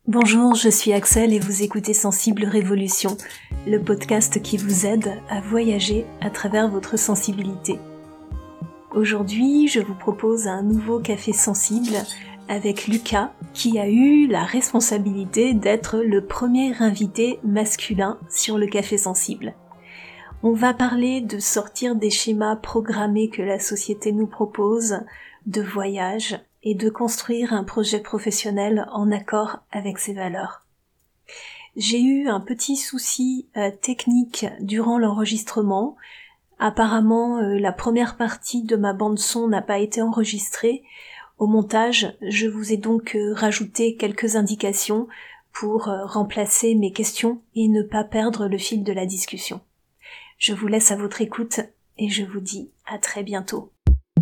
Bonjour, je suis Axel et vous écoutez Sensible Révolution, le podcast qui vous aide à voyager à travers votre sensibilité. Aujourd'hui, je vous propose un nouveau café sensible avec Lucas, qui a eu la responsabilité d'être le premier invité masculin sur le café sensible. On va parler de sortir des schémas programmés que la société nous propose, de voyage et de construire un projet professionnel en accord avec ses valeurs. J'ai eu un petit souci technique durant l'enregistrement. Apparemment, la première partie de ma bande-son n'a pas été enregistrée. Au montage, je vous ai donc rajouté quelques indications pour remplacer mes questions et ne pas perdre le fil de la discussion. Je vous laisse à votre écoute et je vous dis à très bientôt.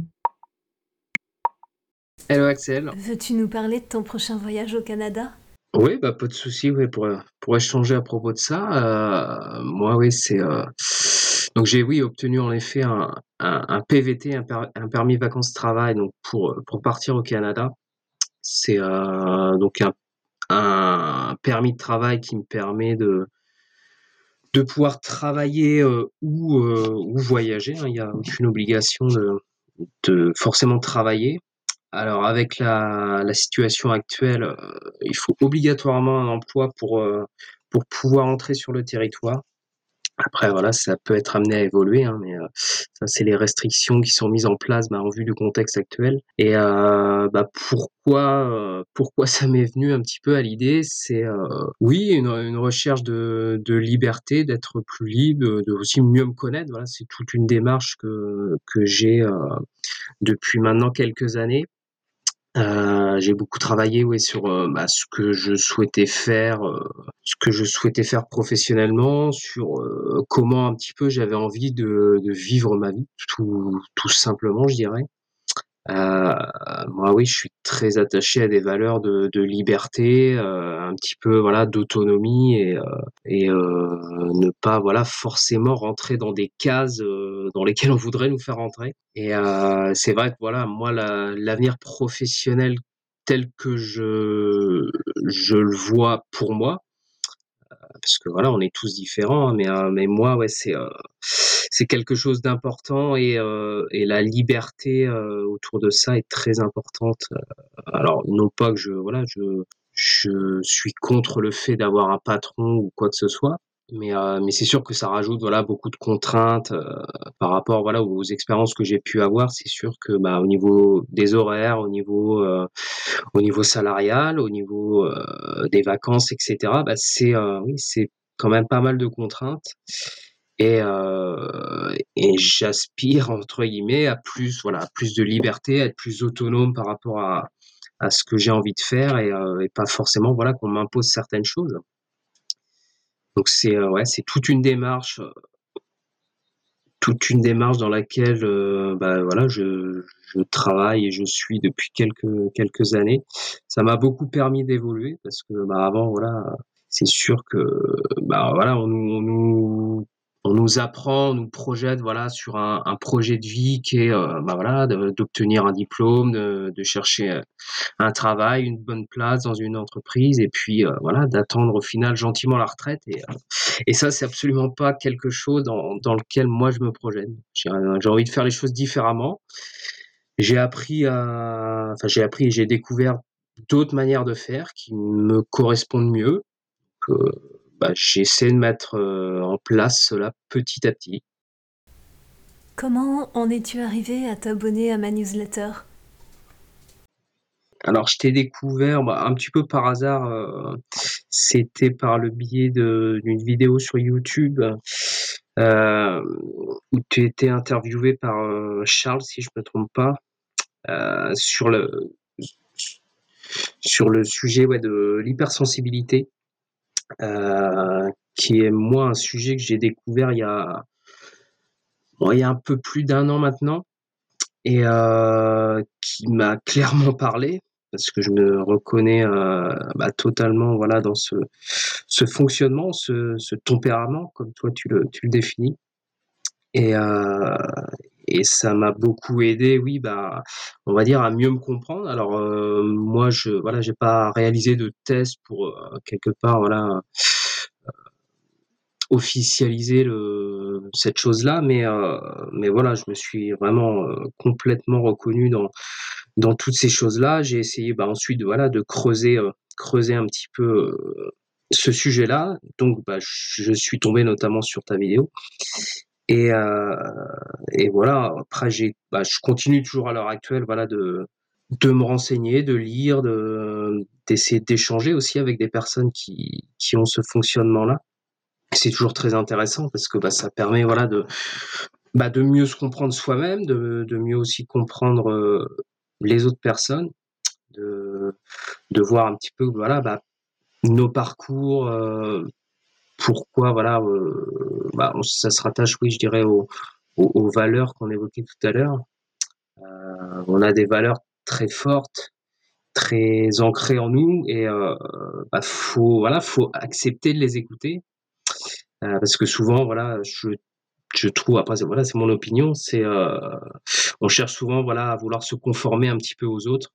Hello Axel. Veux-tu nous parler de ton prochain voyage au Canada ? Oui, pas de souci, pour échanger à propos de ça. Moi, oui, donc j'ai obtenu en effet un PVT, un permis vacances-travail, donc pour partir au Canada. C'est donc un permis de travail qui me permet de pouvoir travailler ou voyager, hein. Il n'y a aucune obligation de forcément travailler. Alors avec la situation actuelle, il faut obligatoirement un emploi pour pouvoir entrer sur le territoire. Après voilà, ça peut être amené à évoluer, hein, mais ça c'est les restrictions qui sont mises en place, en vue du contexte actuel. Et pourquoi ça m'est venu un petit peu à l'idée, c'est oui, une recherche de liberté, d'être plus libre, de aussi mieux me connaître. Voilà, c'est toute une démarche que j'ai depuis maintenant quelques années. J'ai beaucoup travaillé, sur, ce que je souhaitais faire professionnellement, sur, comment un petit peu j'avais envie de vivre ma vie, tout simplement, je dirais. Heu, Moi, oui, je suis très attaché à des valeurs de liberté, un petit peu, voilà, d'autonomie ne pas, voilà, forcément rentrer dans des cases, dans lesquelles on voudrait nous faire rentrer. Et c'est vrai que, voilà, moi, l'avenir professionnel tel que je le vois pour moi, parce que voilà, on est tous différents, hein, mais moi, ouais, c'est quelque chose d'important et la liberté, autour de ça est très importante. Alors non pas que je suis contre le fait d'avoir un patron ou quoi que ce soit, mais c'est sûr que ça rajoute, voilà, beaucoup de contraintes, par rapport, voilà, aux expériences que j'ai pu avoir. C'est sûr que, au niveau des horaires, au niveau salarial, au niveau, des vacances et cetera, oui, c'est quand même pas mal de contraintes et «j'aspire» entre guillemets à plus, voilà, à plus de liberté, à être plus autonome par rapport à ce que j'ai envie de faire et pas forcément, voilà, qu'on m'impose certaines choses. Donc ouais, c'est toute une démarche dans laquelle, voilà, je travaille et je suis depuis quelques années. Ça m'a beaucoup permis d'évoluer parce que, avant, voilà, c'est sûr que, voilà, on nous apprend, on nous projette, voilà, sur un projet de vie qui est, voilà, d'obtenir un diplôme, de chercher, un travail, une bonne place dans une entreprise et puis, voilà, d'attendre au final gentiment la retraite et ça, c'est absolument pas quelque chose dans lequel moi je me projette. J'ai envie de faire les choses différemment. J'ai découvert d'autres manières de faire qui me correspondent mieux, que, j'essaie de mettre, en place cela petit à petit. Comment en es-tu arrivé à t'abonner à ma newsletter ? Alors je t'ai découvert, un petit peu par hasard, c'était par le biais d'une vidéo sur YouTube, heu, où tu étais interviewé par, Charles, si je me trompe pas, heu, sur le sur le sujet, ouais, de l'hypersensibilité, qui est moi un sujet que j'ai découvert il y a un peu plus d'1 an maintenant et qui m'a clairement parlé parce que je me reconnais, totalement, voilà, dans ce fonctionnement, ce tempérament comme toi tu le définis et et ça m'a beaucoup aidé, oui, bah, on va dire à mieux me comprendre. Alors, moi j'ai pas réalisé de test pour, quelque part, voilà, officialiser cette chose-là, mais voilà, je me suis vraiment, complètement reconnu dans toutes ces choses-là. J'ai essayé, bah, ensuite, voilà, de creuser un petit peu, ce sujet-là. Donc, bah, je suis tombé notamment sur ta vidéo et heu et voilà. Après je continue toujours à l'heure actuelle, voilà, de me renseigner, de lire, d'essayer d'échanger aussi avec des personnes qui ont ce fonctionnement-là. C'est toujours très intéressant parce que, bah, ça permet, voilà, de mieux se comprendre soi-même, de mieux aussi comprendre, les autres personnes, de de voir un petit peu, voilà, bah, nos parcours, pourquoi, voilà, bah, ça se rattache, oui, je dirais aux valeurs qu'on évoquait tout à l'heure. On a des valeurs très fortes, très ancrées en nous et bah, faut accepter de les écouter, parce que souvent, voilà, je trouve, après c'est mon opinion, on cherche souvent, voilà, à vouloir se conformer un petit peu aux autres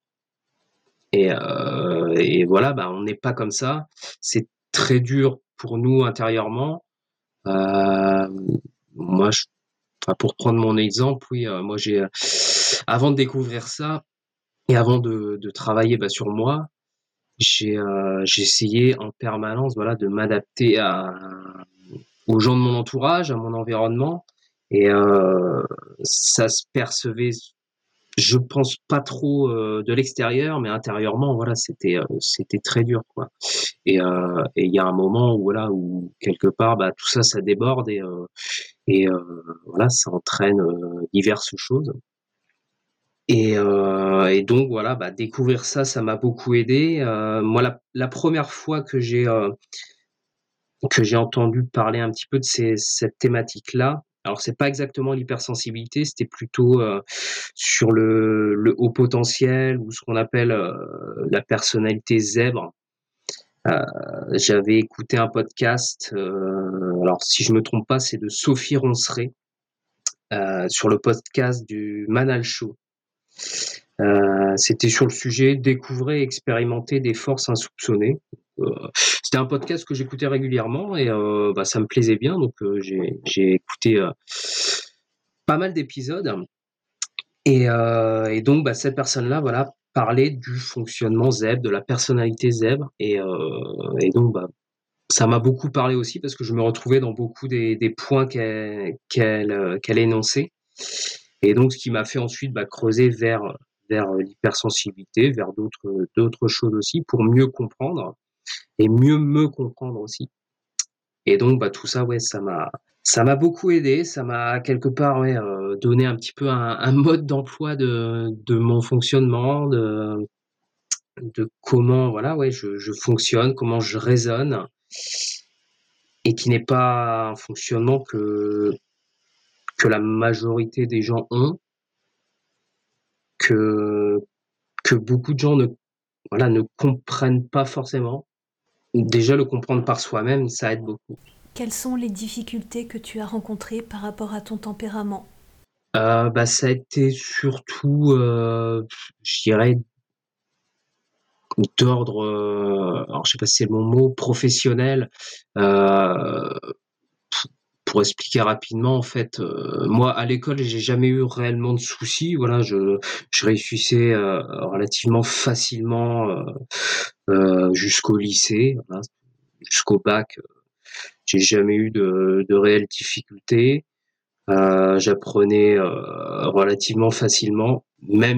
et voilà, bah, on n'est pas comme ça. C'est très dur pour nous intérieurement. Hem, moi je Enfin, pour prendre mon exemple, oui, moi avant de découvrir ça et avant de travailler, bah, sur moi, j'ai essayé en permanence, voilà, de m'adapter aux gens de mon entourage, à mon environnement et ça se percevait, je pense pas trop, de l'extérieur, mais intérieurement, voilà, c'était très dur, quoi et il y a un moment où, voilà, où quelque part, bah, tout ça, ça déborde voilà, ça entraîne, diverses choses et donc voilà, bah, découvrir ça, ça m'a beaucoup aidé. Moi, la 1re fois que j'ai entendu parler un petit peu de cette thématique-là, alors c'est pas exactement l'hypersensibilité, c'était plutôt, sur le haut potentiel ou ce qu'on appelle, la personnalité zèbre. J'avais écouté un podcast, alors si je me trompe pas, c'est de Sophie Ronceray, sur le podcast du Manal Show. C'était sur le sujet «Découvrez et expérimentez des forces insoupçonnées». Heu, C'était un podcast que j'écoutais régulièrement et bah, ça me plaisait bien donc j'ai écouté, pas mal d'épisodes et donc bah, cette personne-là, voilà, parlait du fonctionnement zèbre, de la personnalité zèbre et donc bah, ça m'a beaucoup parlé aussi parce que je me retrouvais dans beaucoup des points qu'elle énonçait et donc ce qui m'a fait ensuite, bah, creuser vers l'hypersensibilité, vers d'autres choses aussi pour mieux comprendre et mieux me comprendre aussi et donc bah, tout ça, ouais, ça m'a beaucoup aidé. Ça m'a quelque part, ouais, donné un petit peu un mode d'emploi de mon fonctionnement, de comment, voilà, ouais, je fonctionne, comment je raisonne et qui n'est pas un fonctionnement que la majorité des gens ont, que que beaucoup de gens ne comprennent pas forcément. Déjà le comprendre par soi-même, ça aide beaucoup. Quelles sont les difficultés que tu as rencontrées par rapport à ton tempérament? Bah, ça a été surtout, je dirais d'ordre, alors je sais pas si c'est le bon mot, professionnel. Heu, pour expliquer rapidement, en fait, moi à l'école, j'ai jamais eu réellement de soucis. Voilà, je réussissais, relativement facilement, jusqu'au lycée, voilà, jusqu'au bac, j'ai jamais eu de réelles difficultés. J'apprenais, relativement facilement, même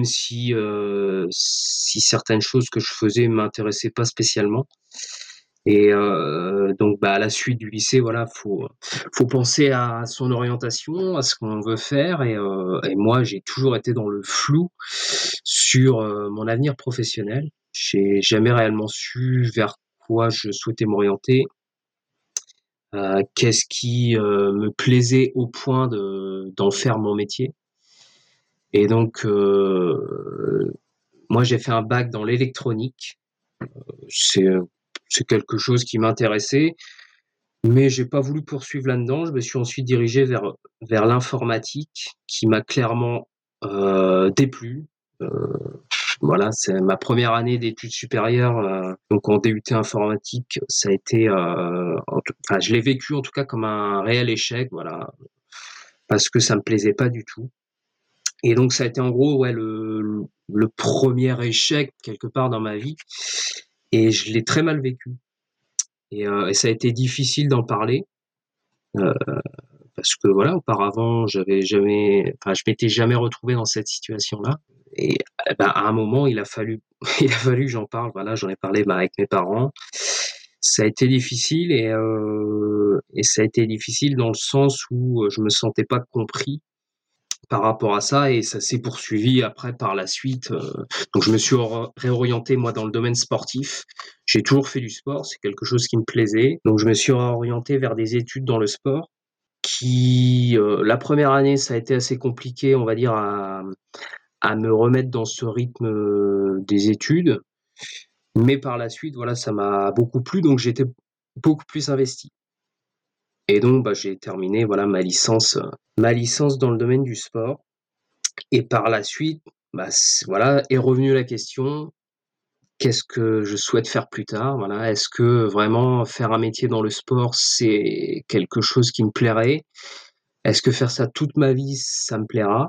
si certaines choses que je faisais m'intéressaient pas spécialement et donc bah, à la suite du lycée, voilà, faut penser à son orientation, à ce qu'on veut faire et moi, j'ai toujours été dans le flou sur, mon avenir professionnel. J'ai jamais réellement su vers quoi je souhaitais m'orienter, qu'est-ce qui, me plaisait au point d'en faire mon métier et donc moi, j'ai fait un bac dans l'électronique. C'est, heu, c'est quelque chose qui m'intéressait, Mais j'ai pas voulu poursuivre là-dedans. Je me suis ensuite dirigé vers l'informatique qui m'a clairement, déplu. Heu, voilà, c'est ma première année d'études supérieures, donc en DUT informatique, ça a été, enfin je l'ai vécu en tout cas comme un réel échec, voilà, parce que ça me plaisait pas du tout et donc ça a été en gros, ouais, le 1er échec quelque part dans ma vie et je l'ai très mal vécu et ça a été difficile d'en parler, heu, parce que voilà, auparavant, je m'étais jamais retrouvé dans cette situation-là et bah, à un moment, il a fallu il a fallu que j'en parle. Voilà, j'en ai parlé, bah, avec mes parents. Ça a été difficile et ça a été difficile dans le sens où, je me sentais pas compris par rapport à ça et ça s'est poursuivi après par la suite, donc je me suis réorienté moi dans le domaine sportif. J'ai toujours fait du sport, c'est quelque chose qui me plaisait, donc je me suis réorienté vers des études dans le sport qui, la première année, ça a été assez compliqué, on va dire, à me remettre dans ce rythme, des études. Mais par la suite, voilà, ça m'a beaucoup plu, donc j'étais beaucoup plus investi. Et donc, bah, j'ai terminé, voilà, ma licence dans le domaine du sport. Et par la suite, bah, voilà, est revenue la question: «Qu'est-ce que je souhaite faire plus tard?» Voilà, est-ce que vraiment faire un métier dans le sport, c'est quelque chose qui me plairait? Est-ce que faire ça toute ma vie, ça me plaira?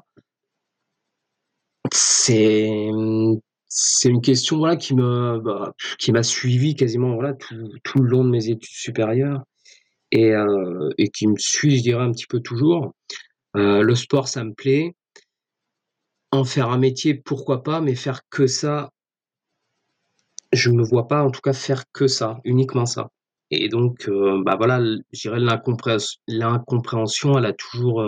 C'est, c'est une question, voilà, qui m'a suivi quasiment, voilà, tout le long de mes études supérieures et qui me suit, je dirais, un petit peu toujours. Le sport, ça me plaît. En faire un métier, pourquoi pas, mais faire que ça, je me vois pas, en tout cas, faire que ça, uniquement ça et donc bah, voilà, je dirais l'incompréhension, elle a toujours,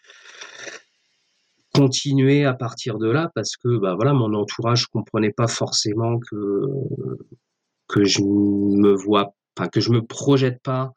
continué à partir de là parce que, bah, voilà, mon entourage comprenait pas forcément que je me vois enfin, que je me projette pas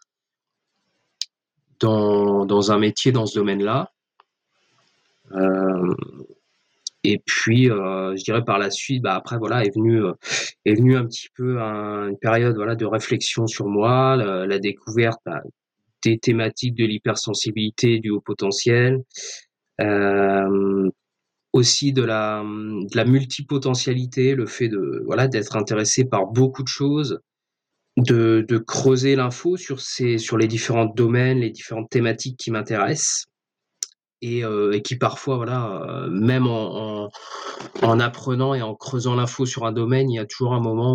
dans un métier dans ce domaine-là. Hem et puis, je dirais par la suite, bah, après voilà est venu un petit peu une période, voilà, de réflexion sur moi, la découverte, bah, des thématiques de l'hypersensibilité et du haut potentiel, hem, aussi de la multipotentialité, le fait de voilà, d'être intéressé par beaucoup de choses. De creuser l'info sur les différents domaines, les différentes thématiques qui m'intéressent et qui parfois voilà, même en apprenant et en creusant l'info sur un domaine, il y a toujours un moment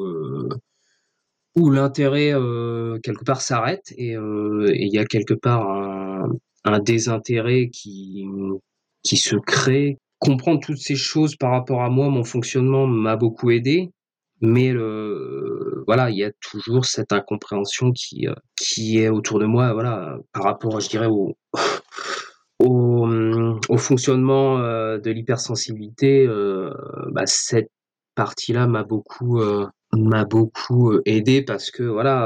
où l'intérêt, quelque part s'arrête et il y a quelque part un désintérêt qui se crée. Comprendre toutes ces choses par rapport à moi, mon fonctionnement m'a beaucoup aidé, mais voilà, il y a toujours cette incompréhension qui est autour de moi, voilà, par rapport, je dirais, au fonctionnement, de l'hypersensibilité, bah, cette partie-là m'a beaucoup, aidé parce que voilà,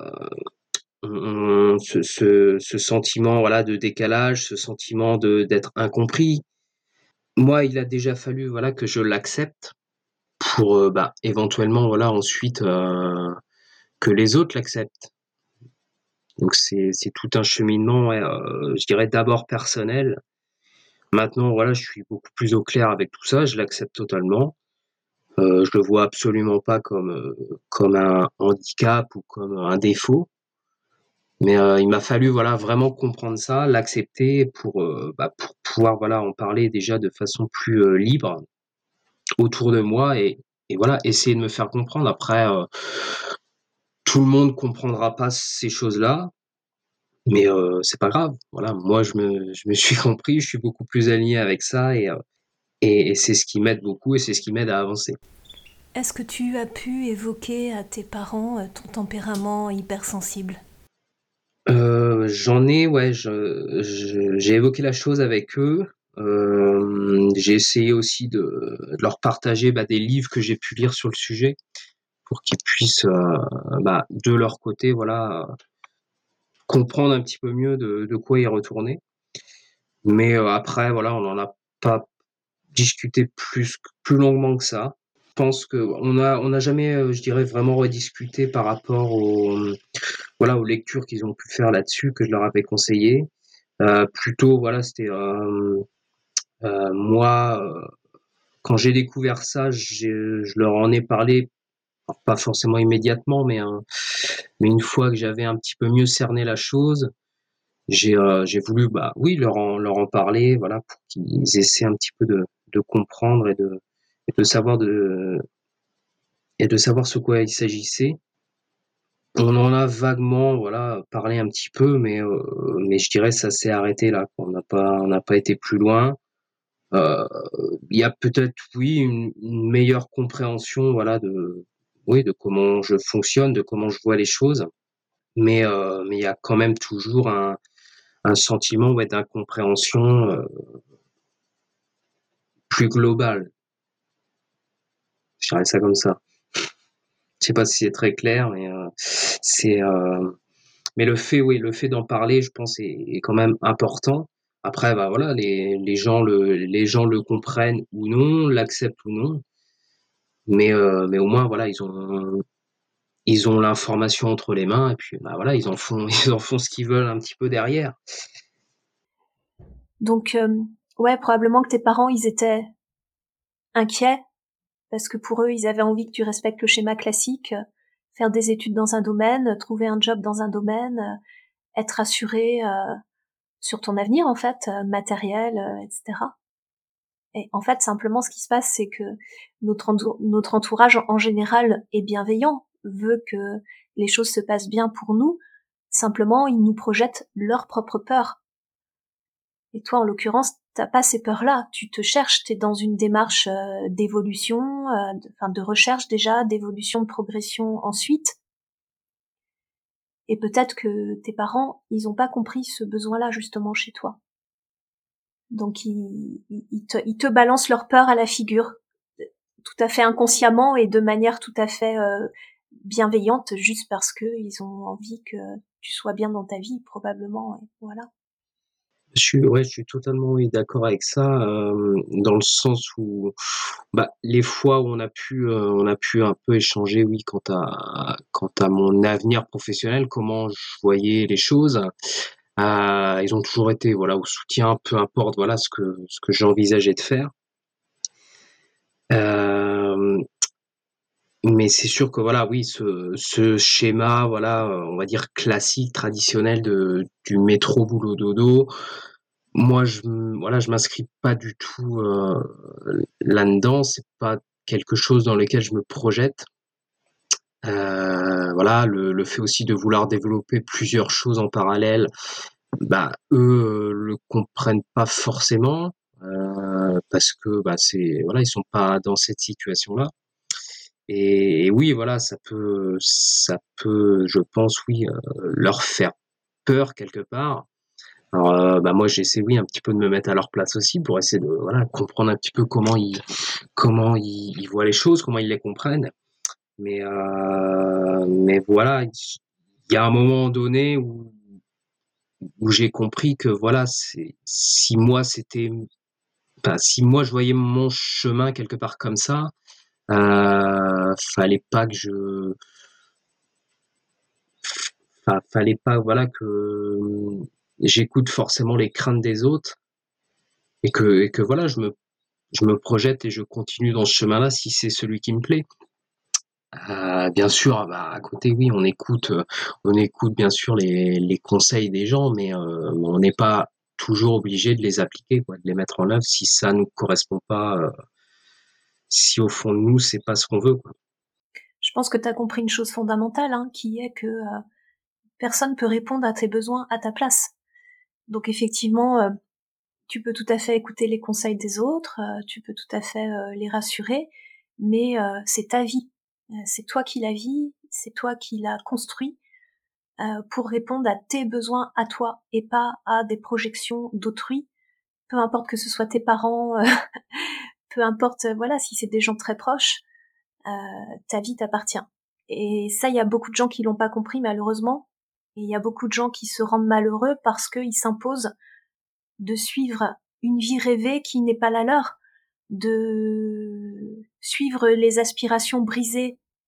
ce sentiment, voilà, de décalage, ce sentiment d'être incompris. Moi, il a déjà fallu, voilà, que je l'accepte pour, bah, éventuellement, voilà, ensuite, que les autres l'acceptent. Donc c'est tout un cheminement, ouais, je dirais d'abord personnel. Maintenant, voilà, je suis beaucoup plus au clair avec tout ça, je l'accepte totalement. Je le vois absolument pas comme un handicap ou comme un défaut. Mais, il m'a fallu, voilà, vraiment comprendre ça, l'accepter bah, pour pouvoir, voilà, en parler déjà de façon plus, libre autour de moi et voilà, essayer de me faire comprendre. Après, tout le monde comprendra pas ces choses-là, mais, c'est pas grave. Voilà, moi je me suis compris, je suis beaucoup plus aligné avec ça et c'est ce qui m'aide beaucoup et c'est ce qui m'aide à avancer. Est-ce que tu as pu évoquer à tes parents ton tempérament hypersensible? J'en ai ouais, j'ai évoqué la chose avec eux. J'ai essayé aussi de leur partager, bah, des livres que j'ai pu lire sur le sujet pour qu'ils puissent, bah, de leur côté, voilà, comprendre un petit peu mieux de quoi il retournait. Mais, après voilà, on n'en a pas discuté plus longuement que ça. Je pense qu'on n'a jamais, je dirais vraiment rediscuté par rapport voilà, aux lectures qu'ils ont pu faire là-dessus que je leur avais conseillé. Plutôt voilà, c'était moi, quand j'ai découvert ça, je leur en ai parlé, alors pas forcément immédiatement, mais une fois que j'avais un petit peu mieux cerné la chose, j'ai voulu, bah, oui, leur en parler, voilà, pour qu'ils essaient un petit peu de comprendre et de savoir ce quoi il s'agissait. On en a vaguement, voilà, parlé un petit peu, mais je dirais ça s'est arrêté là, quoi. On n'a pas été plus loin. Heu, il y a peut-être, oui, une meilleure compréhension, voilà, de comment je fonctionne, de comment je vois les choses, mais il y a quand même toujours un sentiment, ouais, d'incompréhension, plus global. Je dirais ça comme ça. Je sais pas si c'est très clair, c'est, mais le fait d'en parler, je pense, est quand même important. Après, bah, voilà, les gens le comprennent ou non, l'acceptent ou non, mais au moins, voilà, ils ont l'information entre les mains et puis, bah, voilà, ils en font ce qu'ils veulent un petit peu derrière. Donc, ouais, probablement que tes parents, ils étaient inquiets parce que pour eux, ils avaient envie que tu respectes le schéma classique, faire des études dans un domaine, trouver un job dans un domaine, être assuré sur ton avenir en fait, matériel, etc. Et en fait, simplement, ce qui se passe, c'est que notre entourage en général est bienveillant, veut que les choses se passent bien pour nous. Simplement, ils nous projettent leur propre peur. Et toi, en l'occurrence, t'as pas ces peurs-là. Tu te cherches, t'es dans une démarche d'évolution, de recherche déjà, d'évolution, de progression ensuite. Et peut-être que tes parents, ils ont pas compris ce besoin-là justement chez toi. Donc ils te balancent leur peur à la figure, tout à fait inconsciemment et de manière tout à fait bienveillante, juste parce que ils ont envie que tu sois bien dans ta vie, probablement. Et voilà. Je suis totalement, oui, d'accord avec ça, dans le sens où, bah, les fois où on a pu un peu échanger, oui, quant à mon avenir professionnel, comment je voyais les choses, ils ont toujours été, voilà, au soutien, peu importe, voilà, ce que j'envisageais de faire. Hem, mais c'est sûr que, voilà, oui, ce schéma, voilà, on va dire classique, traditionnel du métro boulot dodo, moi, je m'inscris pas du tout, là-dedans. C'est pas quelque chose dans lequel je me projette. Voilà, le fait aussi de vouloir développer plusieurs choses en parallèle, bah, eux, le comprennent pas forcément, parce que, bah, c'est voilà, ils sont pas dans cette situation-là et oui, voilà, ça peut, je pense, oui, leur faire peur quelque part. Alors, bah, moi, j'essaie, oui, un petit peu de me mettre à leur place aussi pour essayer de, voilà, comprendre un petit peu comment ils voient les choses, comment ils les comprennent. Mais voilà, il y a un moment donné où j'ai compris que, voilà, c'est si moi je voyais mon chemin quelque part comme ça, fallait pas que fallait pas, voilà, que, j'écoute forcément les craintes des autres et que voilà, je me projette et je continue dans ce chemin-là si c'est celui qui me plaît. Bien sûr, bah, à côté, oui, on écoute bien sûr les conseils des gens, on n'est pas toujours obligé de les appliquer, quoi, de les mettre en œuvre si ça nous correspond pas, si au fond de nous, c'est pas ce qu'on veut, quoi. Je pense que tu as compris une chose fondamentale, hein, qui est que personne peut répondre à tes besoins à ta place. Donc effectivement, tu peux tout à fait écouter les conseils des autres, tu peux tout à fait les rassurer, mais c'est ta vie. C'est toi qui la vis, c'est toi qui la construis pour répondre à tes besoins à toi et pas à des projections d'autrui. Peu importe que ce soit tes parents, peu importe, voilà, si c'est des gens très proches, euh, ta vie t'appartient. Et ça, il y a beaucoup de gens qui l'ont pas compris malheureusement. Et il y a beaucoup de gens qui se rendent malheureux parce qu'ils s'imposent de suivre une vie rêvée qui n'est pas la leur, de suivre les aspirations brisées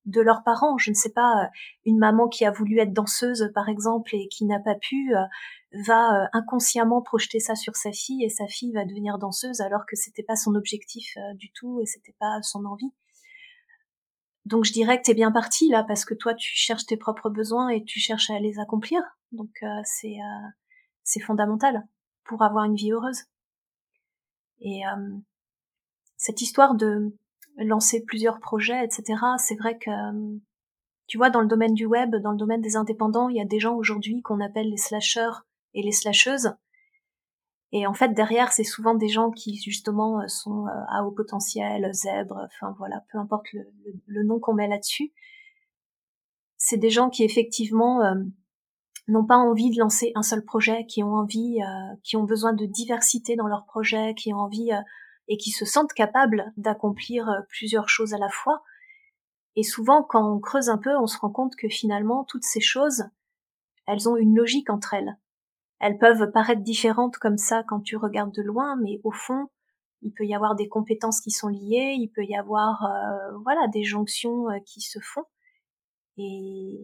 de leurs parents. Je ne sais pas, une maman qui a voulu être danseuse, par exemple, et qui n'a pas pu, va inconsciemment projeter ça sur sa fille, et sa fille va devenir danseuse alors que c'était pas son objectif du tout et c'était pas son envie. Donc je dirais que t'es bien parti là, parce que toi tu cherches tes propres besoins et tu cherches à les accomplir. Donc c'est fondamental pour avoir une vie heureuse. Et cette histoire de lancer plusieurs projets, etc., c'est vrai que, tu vois, dans le domaine du web, dans le domaine des indépendants, il y a des gens aujourd'hui qu'on appelle les slasheurs et les slasheuses. Et en fait, derrière, c'est souvent des gens qui, justement, sont à haut potentiel, zèbres, enfin voilà, peu importe le nom qu'on met là-dessus. C'est des gens qui, effectivement, n'ont pas envie de lancer un seul projet, qui ont envie, qui ont besoin de diversité dans leur projet, qui ont envie et qui se sentent capables d'accomplir plusieurs choses à la fois. Et souvent, quand on creuse un peu, on se rend compte que finalement, toutes ces choses, elles ont une logique entre elles. Elles peuvent paraître différentes comme ça quand tu regardes de loin, mais au fond, il peut y avoir des compétences qui sont liées, il peut y avoir voilà, des jonctions qui se font. Et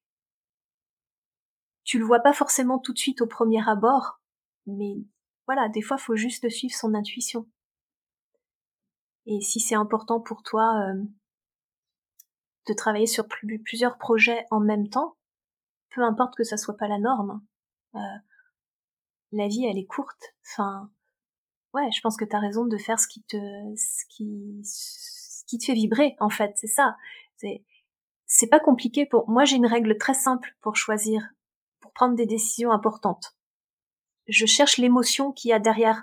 tu le vois pas forcément tout de suite au premier abord, mais voilà, des fois, faut juste suivre son intuition. Et si c'est important pour toi de travailler sur plusieurs projets en même temps, peu importe que ça soit pas la norme, la vie elle est courte. Enfin, ouais, je pense que t'as raison de faire ce qui te fait vibrer, en fait, c'est ça. C'est pas compliqué moi j'ai une règle très simple pour choisir, pour prendre des décisions importantes. Je cherche l'émotion qu'il y a derrière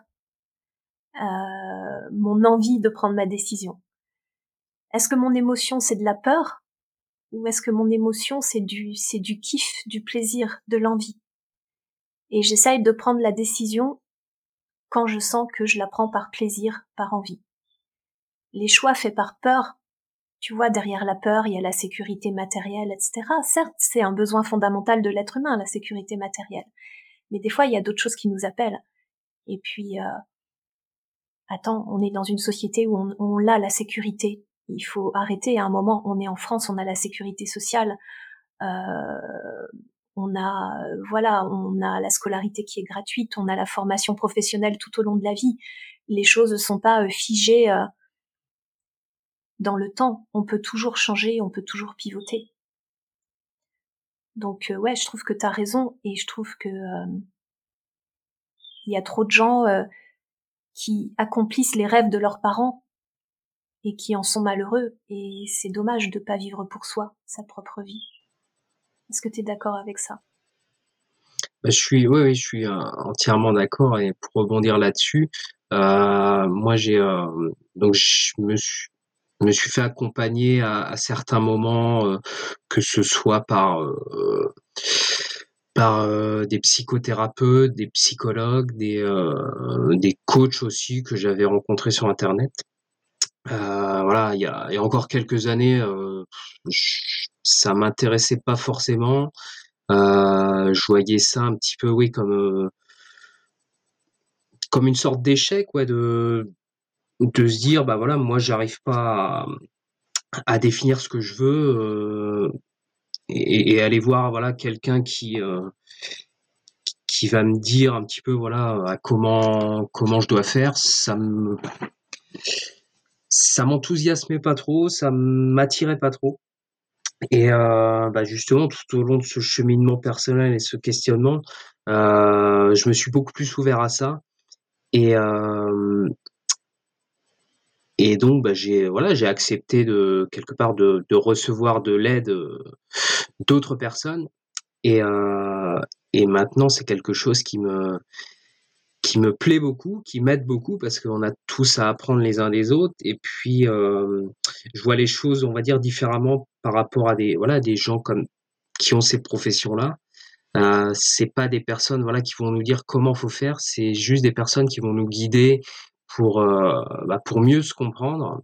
mon envie de prendre ma décision. Est-ce que mon émotion c'est de la peur, ou est-ce que mon émotion c'est du kiff, du plaisir, de l'envie? Et j'essaye de prendre la décision quand je sens que je la prends par plaisir, par envie. Les choix faits par peur, tu vois, derrière la peur, il y a la sécurité matérielle, etc. Certes, c'est un besoin fondamental de l'être humain, la sécurité matérielle. Mais des fois, il y a d'autres choses qui nous appellent. Et puis, attends, on est dans une société où on a la sécurité. Il faut arrêter. À un moment, on est en France, on a la sécurité sociale. On a, voilà, on a la scolarité qui est gratuite, on a la formation professionnelle tout au long de la vie. Les choses ne sont pas figées dans le temps. On peut toujours changer, on peut toujours pivoter. Donc ouais, je trouve que t'as raison, et je trouve que il y a trop de gens qui accomplissent les rêves de leurs parents et qui en sont malheureux, et c'est dommage de pas vivre pour soi sa propre vie. Est-ce que t'es d'accord avec ça? Oui, je suis entièrement d'accord. Et pour rebondir là-dessus, moi donc je me suis fait accompagner à certains moments, que ce soit par des psychothérapeutes, des psychologues, des coachs aussi que j'avais rencontrés sur internet. Voilà, il y a encore quelques années, ça m'intéressait pas forcément. Je voyais ça un petit peu, oui, comme une sorte d'échec, ouais, de se dire: «Bah, voilà, moi j'arrive pas à définir ce que je veux», et aller voir, voilà, quelqu'un qui va me dire un petit peu, voilà, comment je dois faire. Ça m'enthousiasmait pas trop, ça m'attirait pas trop. Et bah, justement, tout au long de ce cheminement personnel et ce questionnement, je me suis beaucoup plus ouvert à ça. Et donc bah, j'ai accepté de quelque part de recevoir de l'aide, d'autres personnes. Et maintenant c'est quelque chose qui me plaît beaucoup, qui m'aide beaucoup, parce qu'on a tous à apprendre les uns des autres. Et puis, je vois les choses, on va dire, différemment par rapport à des gens qui ont ces professions-là. C'est pas des personnes, voilà, qui vont nous dire comment faut faire, c'est juste des personnes qui vont nous guider pour mieux se comprendre.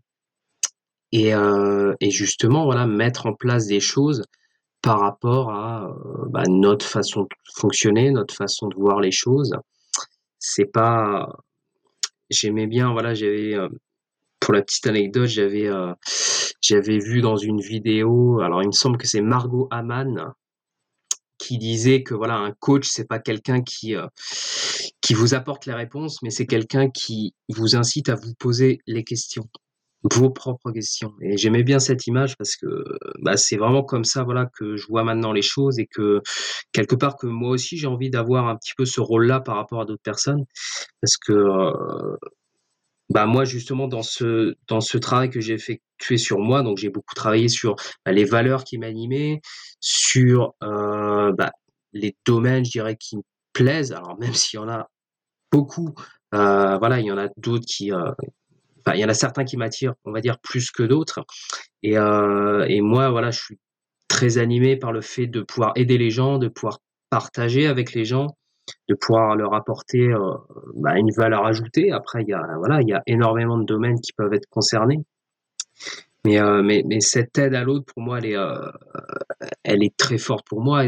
Et justement, voilà, mettre en place des choses par rapport à, notre façon de fonctionner, notre façon de voir les choses. C'est pas J'aimais bien, voilà, pour la petite anecdote, j'avais vu dans une vidéo, alors il me semble que c'est Margot Hamann qui disait que voilà, un coach, c'est pas quelqu'un qui vous apporte les réponses, mais c'est quelqu'un qui vous incite à vous poser les questions, vos propres questions. Et j'aimais bien cette image parce que bah, c'est vraiment comme ça, voilà, que je vois maintenant les choses et que quelque part que moi aussi j'ai envie d'avoir un petit peu ce rôle-là par rapport à d'autres personnes, parce que bah moi justement dans ce travail que j'ai effectué sur moi, donc j'ai beaucoup travaillé sur bah, les valeurs qui m'animaient, sur bah, les domaines, je dirais, qui me plaisent. Alors même s'il y en a beaucoup, voilà, il y en a d'autres qui, enfin, il y en a certains qui m'attirent, on va dire, plus que d'autres. Et moi, voilà, je suis très animé par le fait de pouvoir aider les gens, de pouvoir partager avec les gens, de pouvoir leur apporter, bah, une valeur ajoutée. Après, il y a voilà, il y a énormément de domaines qui peuvent être concernés. Mais cette aide à l'autre, pour moi, elle est très forte pour moi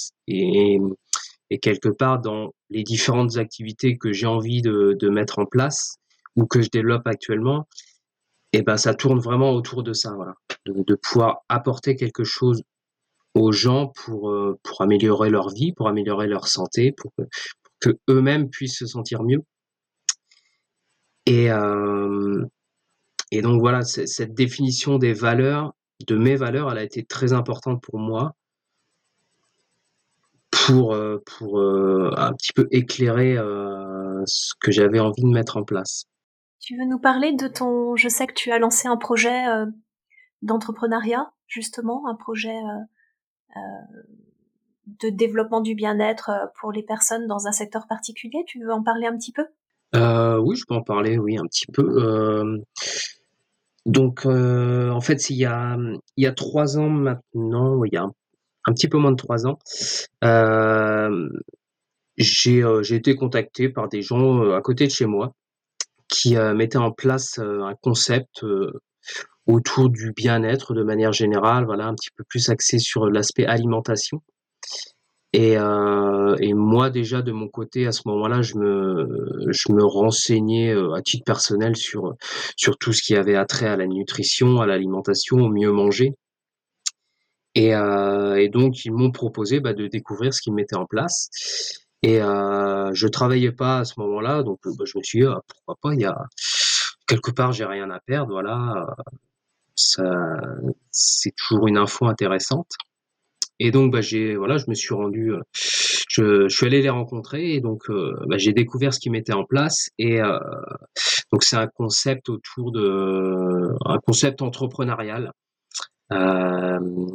et quelque part dans les différentes activités que j'ai envie de mettre en place ou que je développe actuellement, et ben, ça tourne vraiment autour de ça, voilà. De pouvoir apporter quelque chose aux gens pour améliorer leur vie, pour améliorer leur santé, pour que eux-mêmes puissent se sentir mieux. Et, et donc voilà, cette définition des valeurs, de mes valeurs, elle a été très importante pour moi pour un petit peu éclairer ce que j'avais envie de mettre en place. Tu veux nous parler de ton... Je sais que tu as lancé un projet d'entrepreneuriat, justement, un projet de développement du bien-être pour les personnes dans un secteur particulier. Tu veux en parler un petit peu? Oui, je peux en parler, oui, un petit peu. Donc, en fait, il y a 3 ans maintenant, oui, il y a un petit peu moins de 3 ans, hem, j'ai été contacté par des gens, à côté de chez moi qui, mettaient en place, un concept, autour du bien-être de manière générale, voilà, un petit peu plus axé sur l'aspect alimentation. Et moi déjà de mon côté à ce moment-là, je me renseignais, à titre personnel sur tout ce qui avait attrait à la nutrition, à l'alimentation, au mieux manger. Et donc ils m'ont proposé, bah, de découvrir ce qu'ils mettaient en place. Et je travaillais pas à ce moment-là, donc bah, je me suis dit: «Ah, pourquoi pas? Il y a quelque part, j'ai rien à perdre, voilà, ça c'est toujours une info intéressante». Et donc, bah, voilà, je me suis rendu, je suis allé les rencontrer et donc, bah, j'ai découvert ce qu'ils mettaient en place. Et donc c'est un concept entrepreneurial. Hem,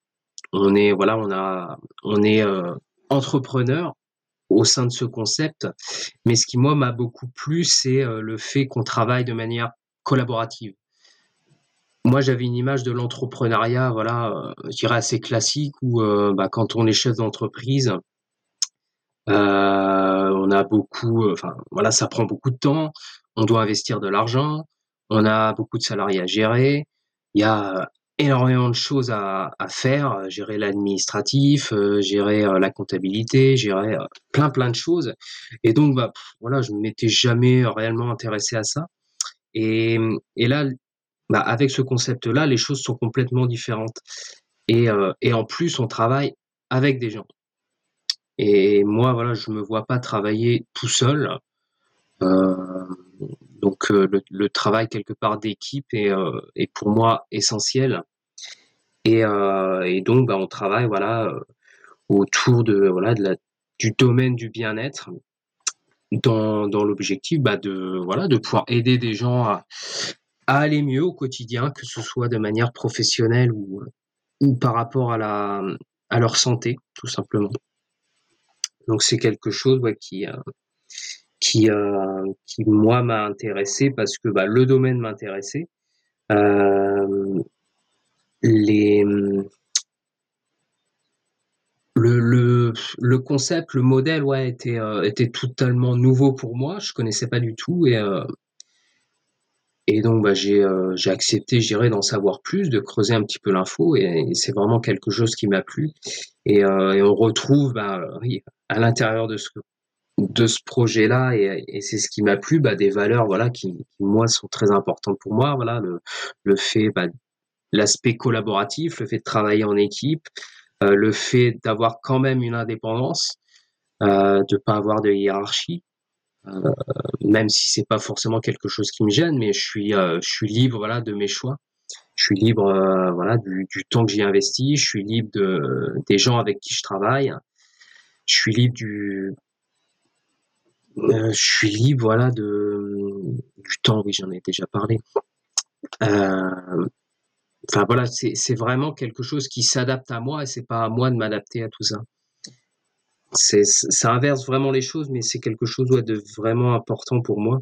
on est, entrepreneur au sein de ce concept, mais ce qui moi m'a beaucoup plu, c'est, le fait qu'on travaille de manière collaborative. Moi, j'avais une image de l'entrepreneuriat, voilà, je dirais assez classique où, bah, quand on est chef d'entreprise, on a beaucoup, enfin, voilà, ça prend beaucoup de temps, on doit investir de l'argent, on a beaucoup de salariés à gérer. Il y a énormément de choses à faire, gérer l'administratif, gérer, la comptabilité, gérer, plein de choses. Et donc, bah, voilà, je ne m'étais jamais réellement intéressé à ça. Et là, bah, avec ce concept-là, les choses sont complètement différentes. Et en plus, on travaille avec des gens. Et moi, voilà, je me vois pas travailler tout seul. Heu, donc le travail quelque part d'équipe est pour moi essentiel. Et donc, bah, on travaille, voilà, autour de, voilà, du domaine du bien-être dans l'objectif, bah, de, voilà, de pouvoir aider des gens à aller mieux au quotidien, que ce soit de manière professionnelle ou par rapport à leur santé, tout simplement. Donc c'est quelque chose, ouais, qui moi m'a intéressé parce que, bah, le domaine m'intéressait. Hem, les, mmh, le concept, le modèle, ouais, était totalement nouveau pour moi. Je connaissais pas du tout. Et donc, bah, j'ai accepté, je dirais, d'en savoir plus, de creuser un petit peu l'info. Et c'est vraiment quelque chose qui m'a plu. Et on retrouve, bah, oui, à l'intérieur de ce de ce projet-là et c'est ce qui m'a plu, bah, des valeurs, voilà, qui moi sont très importantes pour moi, voilà, le fait, bah, l'aspect collaboratif, le fait de travailler en équipe, le fait d'avoir quand même une indépendance, de pas avoir de hiérarchie, heu, même si c'est pas forcément quelque chose qui me gêne, mais je suis libre, voilà, de mes choix. Je suis libre, voilà, du temps que j'y investis, je suis libre des gens avec qui je travaille, je suis libre je suis libre, voilà, du temps, oui, j'en ai déjà parlé. Heu, enfin voilà, c'est vraiment quelque chose qui s'adapte à moi et c'est pas à moi de m'adapter à tout ça. Ça inverse vraiment les choses, mais c'est quelque chose, ouais, de vraiment important pour moi.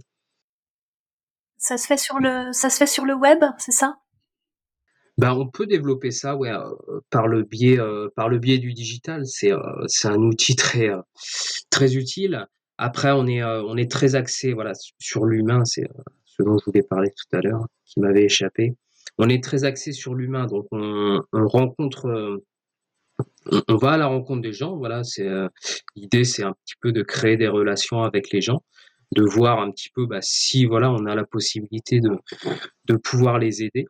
Ça se fait sur le web, c'est ça? Ben, on peut développer ça, ouais, par le biais du digital. C'est un outil très utile. Après, on est très axé, voilà, sur l'humain, c'est, ce dont je voulais parler tout à l'heure, qui m'avait échappé. On est très axé sur l'humain, donc on rencontre, on va à la rencontre des gens, voilà, l'idée, c'est un petit peu de créer des relations avec les gens, de voir un petit peu, bah, si, voilà, on a la possibilité de pouvoir les aider.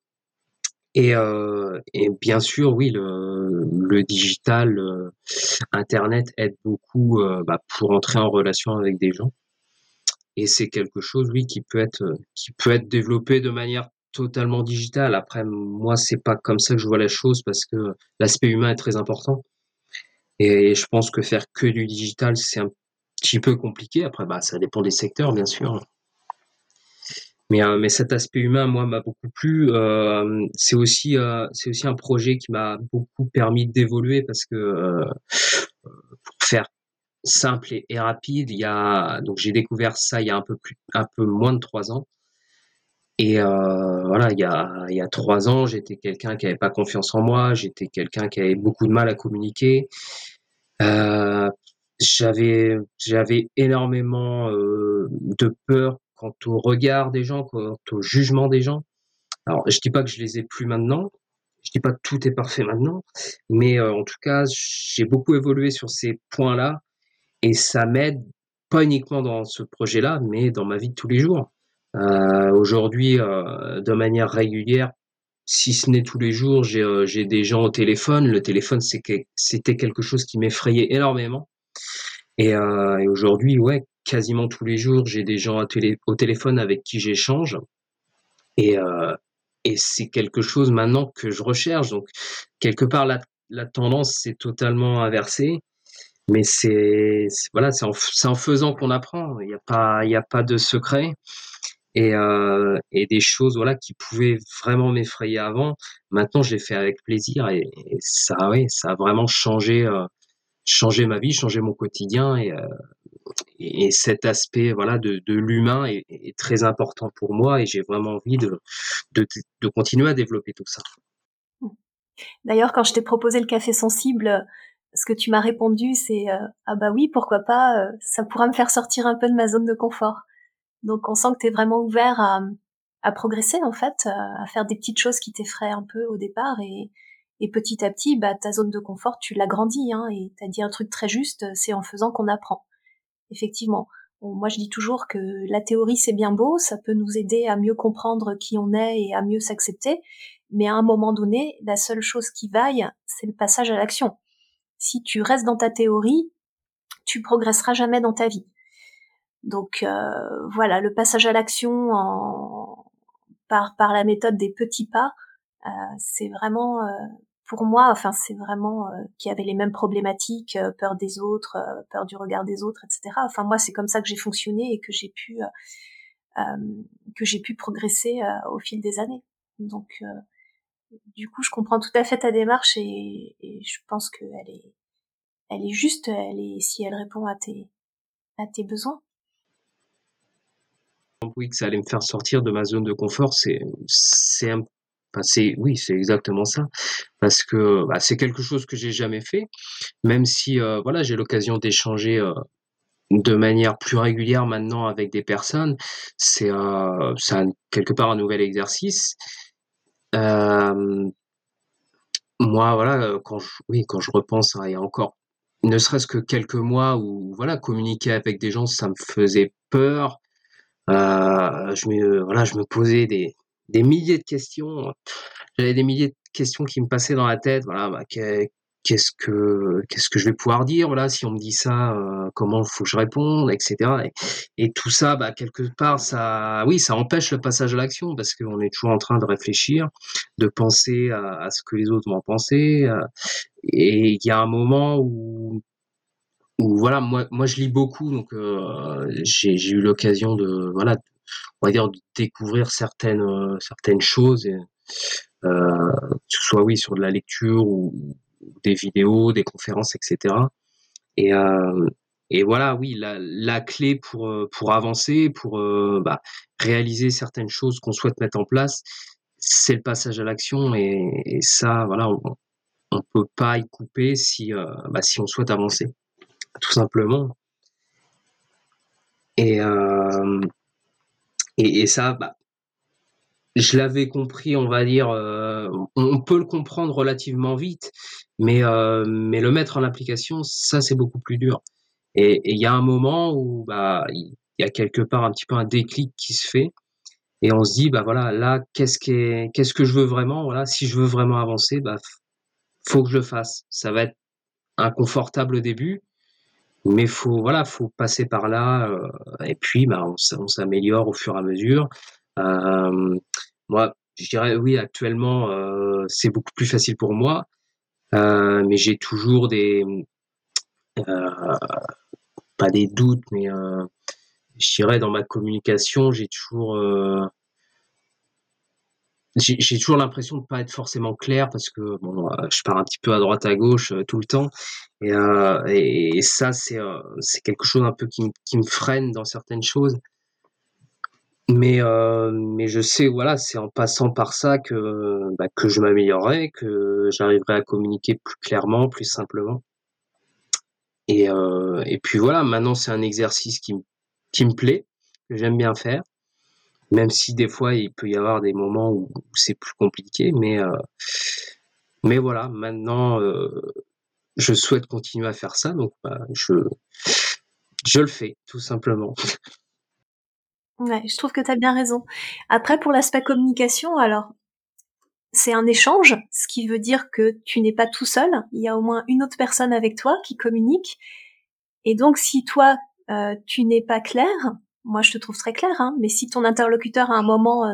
Et bien sûr, oui, le digital, internet aide beaucoup, bah, pour entrer en relation avec des gens et c'est quelque chose, oui, qui peut être développé de manière totalement digitale. Après, moi, c'est pas comme ça que je vois la chose parce que l'aspect humain est très important et je pense que faire que du digital, c'est un petit peu compliqué. Après, bah, ça dépend des secteurs, bien sûr. Mais cet aspect humain, moi, m'a beaucoup plu. C'est aussi un projet qui m'a beaucoup permis d'évoluer parce que, pour faire simple et rapide, donc j'ai découvert ça il y a un peu moins de 3 ans et voilà, il y a 3 ans, j'étais quelqu'un qui avait pas confiance en moi, j'étais quelqu'un qui avait beaucoup de mal à communiquer. Heu, j'avais énormément, de peur quant au regard des gens, quant au jugement des gens. Alors, je dis pas que je les ai plus maintenant, je dis pas que tout est parfait maintenant, mais en tout cas, j'ai beaucoup évolué sur ces points-là et ça m'aide, pas uniquement dans ce projet-là, mais dans ma vie de tous les jours. Aujourd'hui, de manière régulière, si ce n'est tous les jours, j'ai des gens au téléphone. Le téléphone, c'était quelque chose qui m'effrayait énormément et aujourd'hui, ouais, quasiment tous les jours, j'ai des gens au téléphone avec qui j'échange et heu et c'est quelque chose maintenant que je recherche donc quelque part la tendance s'est totalement inversée, mais voilà, c'est en faisant qu'on apprend. Il y a pas de secret et des choses, voilà, qui pouvaient vraiment m'effrayer avant, maintenant je les fais avec plaisir et ça, ouais, ça a vraiment changé ma vie, changé mon quotidien et cet aspect, voilà, de l'humain est très important pour moi et j'ai vraiment envie de continuer à développer tout ça. Mmh. D'ailleurs, quand je t'ai proposé le café sensible, ce que tu m'as répondu, c'est ah bah oui, pourquoi pas, ça pourra me faire sortir un peu de ma zone de confort. Donc on sent que tu es vraiment ouvert à progresser en fait, à faire des petites choses qui t'effraient un peu au départ et petit à petit, bah ta zone de confort, tu l'agrandis hein, et tu as dit un truc très juste, c'est en faisant qu'on apprend. Effectivement. Bon, moi je dis toujours que la théorie c'est bien beau, ça peut nous aider à mieux comprendre qui on est et à mieux s'accepter, mais à un moment donné, la seule chose qui vaille, c'est le passage à l'action. Si tu restes dans ta théorie, tu progresseras jamais dans ta vie. Donc voilà, le passage à l'action par la méthode des petits pas, c'est vraiment pour moi, enfin c'est vraiment qui avait les mêmes problématiques, peur des autres, peur du regard des autres, etc. Enfin moi c'est comme ça que j'ai fonctionné et que j'ai pu progresser au fil des années. Donc du coup je comprends tout à fait ta démarche et je pense qu'elle est juste, elle est si elle répond à tes besoins. Oui, que ça allait me faire sortir de ma zone de confort, c'est un enfin, oui, c'est exactement ça. Parce que, bah, c'est quelque chose que j'ai jamais fait, même si, voilà, j'ai l'occasion d'échanger, de manière plus régulière maintenant avec des personnes. C'est quelque part un nouvel exercice. Hem, moi, voilà, quand je repense à il y a encore ne serait-ce que quelques mois où voilà, communiquer avec des gens, ça me faisait peur. Je me posais des milliers de questions. J'avais des milliers de questions qui me passaient dans la tête. Voilà, bah, qu'est-ce que je vais pouvoir dire? Voilà, si on me dit ça, comment faut que je réponde, et cetera, et tout ça, bah, quelque part, ça oui, ça empêche le passage à l'action parce qu'on est toujours en train de réfléchir, de penser à ce que les autres vont en penser, et il y a un moment où voilà, moi je lis beaucoup, donc j'ai eu l'occasion de voilà, on va dire de découvrir certaines choses, et que ce soit oui sur de la lecture ou des vidéos, des conférences, et cetera, et hem et voilà, oui, la clé pour avancer, pour, bah, réaliser certaines choses qu'on souhaite mettre en place, c'est le passage à l'action, et ça, voilà, on peut pas y couper si, bah, si on souhaite avancer, tout simplement, et hem et ça, bah, je l'avais compris, on va dire, on peut le comprendre relativement vite, mais le mettre en application, ça, c'est beaucoup plus dur, et il y a un moment où, bah, il y a quelque part un petit peu un déclic qui se fait, et on se dit: «Bah, voilà, là, qu'est-ce que je veux vraiment?» Voilà, si je veux vraiment avancer, bah, faut que je le fasse. Ça va être inconfortable au début, mais voilà, faut passer par là, et puis, bah, on s'améliore au fur et à mesure. Hem, Moi, je dirais oui, actuellement, c'est beaucoup plus facile pour moi, mais j'ai toujours pas des doutes, mais, je dirais dans ma communication, j'ai toujours l'impression de pas être forcément clair parce que bon, je pars un petit peu à droite à gauche, tout le temps, et ça, c'est quelque chose un peu qui me freine dans certaines choses. Mais je sais, voilà, c'est en passant par ça que, bah, que je m'améliorerai, que j'arriverai à communiquer plus clairement, plus simplement, et puis voilà, maintenant c'est un exercice qui me plaît, que j'aime bien faire, même si des fois il peut y avoir des moments où c'est plus compliqué, mais voilà, maintenant, je souhaite continuer à faire ça, donc bah, je le fais tout simplement. Ouais, je trouve que tu as bien raison. Après, pour l'aspect communication, alors, c'est un échange, ce qui veut dire que tu n'es pas tout seul. Il y a au moins une autre personne avec toi qui communique. Et donc, si toi, tu n'es pas clair, moi je te trouve très clair, hein, mais si ton interlocuteur à un moment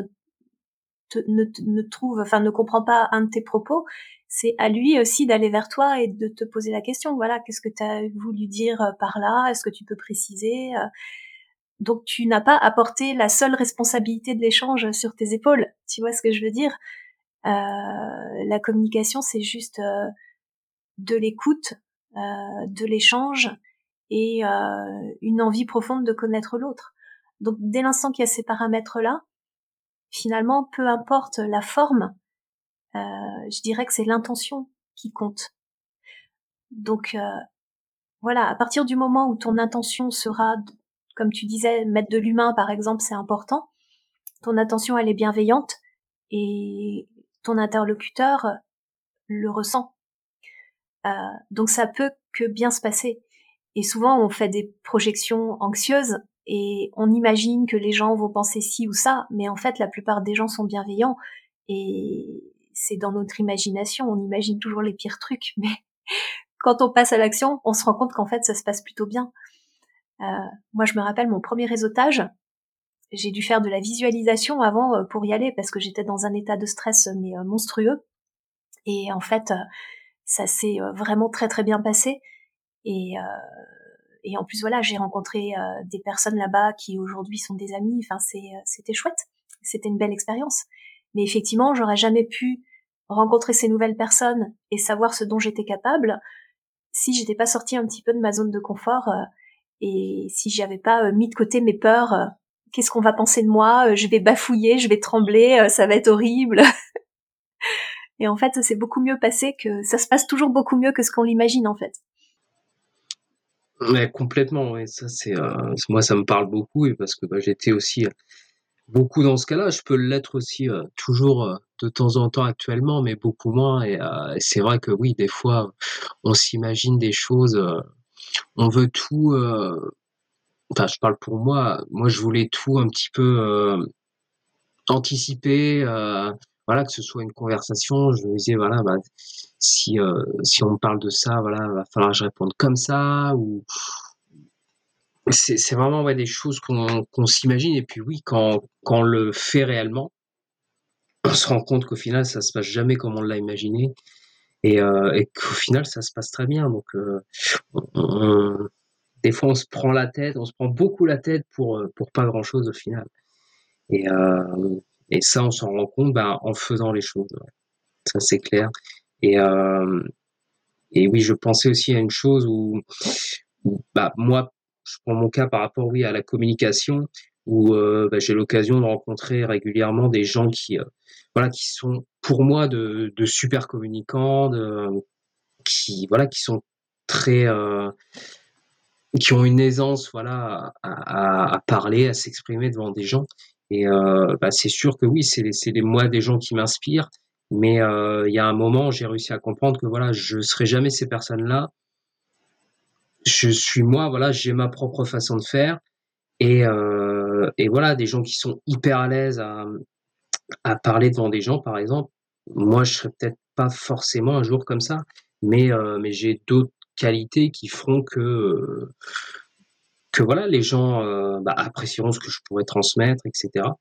ne trouve, enfin ne comprend pas un de tes propos, c'est à lui aussi d'aller vers toi et de te poser la question. Voilà, qu'est-ce que tu as voulu dire par là? Est-ce que tu peux préciser? Donc tu n'as pas apporté la seule responsabilité de l'échange sur tes épaules. Tu vois ce que je veux dire? La communication, c'est juste de l'écoute, de l'échange et une envie profonde de connaître l'autre. Donc dès l'instant qu'il y a ces paramètres-là, finalement, peu importe la forme, je dirais que c'est l'intention qui compte. Donc voilà, à partir du moment où ton intention sera, comme tu disais, mettre de l'humain par exemple, c'est important, ton intention elle est bienveillante et ton interlocuteur le ressent. Euh, donc ça peut que bien se passer. Et souvent on fait des projections anxieuses et on imagine que les gens vont penser ci ou ça, mais en fait la plupart des gens sont bienveillants et c'est dans notre imagination, on imagine toujours les pires trucs, mais quand on passe à l'action, on se rend compte qu'en fait ça se passe plutôt bien. Euh, Moi je me rappelle mon premier réseautage, j'ai dû faire de la visualisation avant pour y aller parce que j'étais dans un état de stress mais monstrueux. Et en fait, ça s'est vraiment très très bien passé. Et, en plus voilà, j'ai rencontré des personnes là-bas qui aujourd'hui sont des amis. Enfin, c'était chouette. C'était une belle expérience. Mais effectivement, j'aurais jamais pu rencontrer ces nouvelles personnes et savoir ce dont j'étais capable si j'étais pas sortie un petit peu de ma zone de confort et si j'avais pas mis de côté mes peurs. Qu'est-ce qu'on va penser de moi? Je vais bafouiller, je vais trembler, ça va être horrible. Et en fait, c'est beaucoup mieux passé que ça se passe toujours beaucoup mieux que ce qu'on l'imagine en fait. Ouais, complètement, ouais, ça moi ça me parle beaucoup, et parce que, bah, j'étais aussi, beaucoup dans ce cas-là. Je peux l'être aussi, toujours, de temps en temps actuellement, mais beaucoup moins et c'est vrai que oui, des fois, on s'imagine des choses, on veut tout, enfin je parle pour moi, moi je voulais tout un petit peu, anticiper, voilà, que ce soit une conversation, je me disais voilà, bah, si on me parle de ça, voilà, va falloir que je réponde comme ça ou c'est vraiment, ouais, des choses qu'on s'imagine et puis oui, quand on le fait réellement, on se rend compte qu'au final, ça se passe jamais comme on l'a imaginé et qu'au final, ça se passe très bien donc on des fois, on se prend la tête, on se prend beaucoup la tête pour pas grand chose au final et et ça, on s'en rend compte, ben, en faisant les choses, ouais. Ça, c'est clair et et oui, je pensais aussi à une chose où, bah, moi, je prends mon cas par rapport, oui, à la communication où, bah, j'ai l'occasion de rencontrer régulièrement des gens qui, voilà, qui sont pour moi de super communicants, qui, voilà, qui sont très, qui ont une aisance, voilà, à parler, à s'exprimer devant des gens et bah, c'est sûr que oui, c'est des moi, des gens qui m'inspirent, mais il y a un moment, j'ai réussi à comprendre que, voilà, je serai jamais ces personnes-là. Je suis moi, voilà, j'ai ma propre façon de faire et voilà, des gens qui sont hyper à l'aise à parler devant des gens, par exemple. Moi, je serais peut-être pas forcément un jour comme ça, mais j'ai d'autres qualités qui feront que voilà, les gens, bah, apprécieront ce que je pourrais transmettre et cetera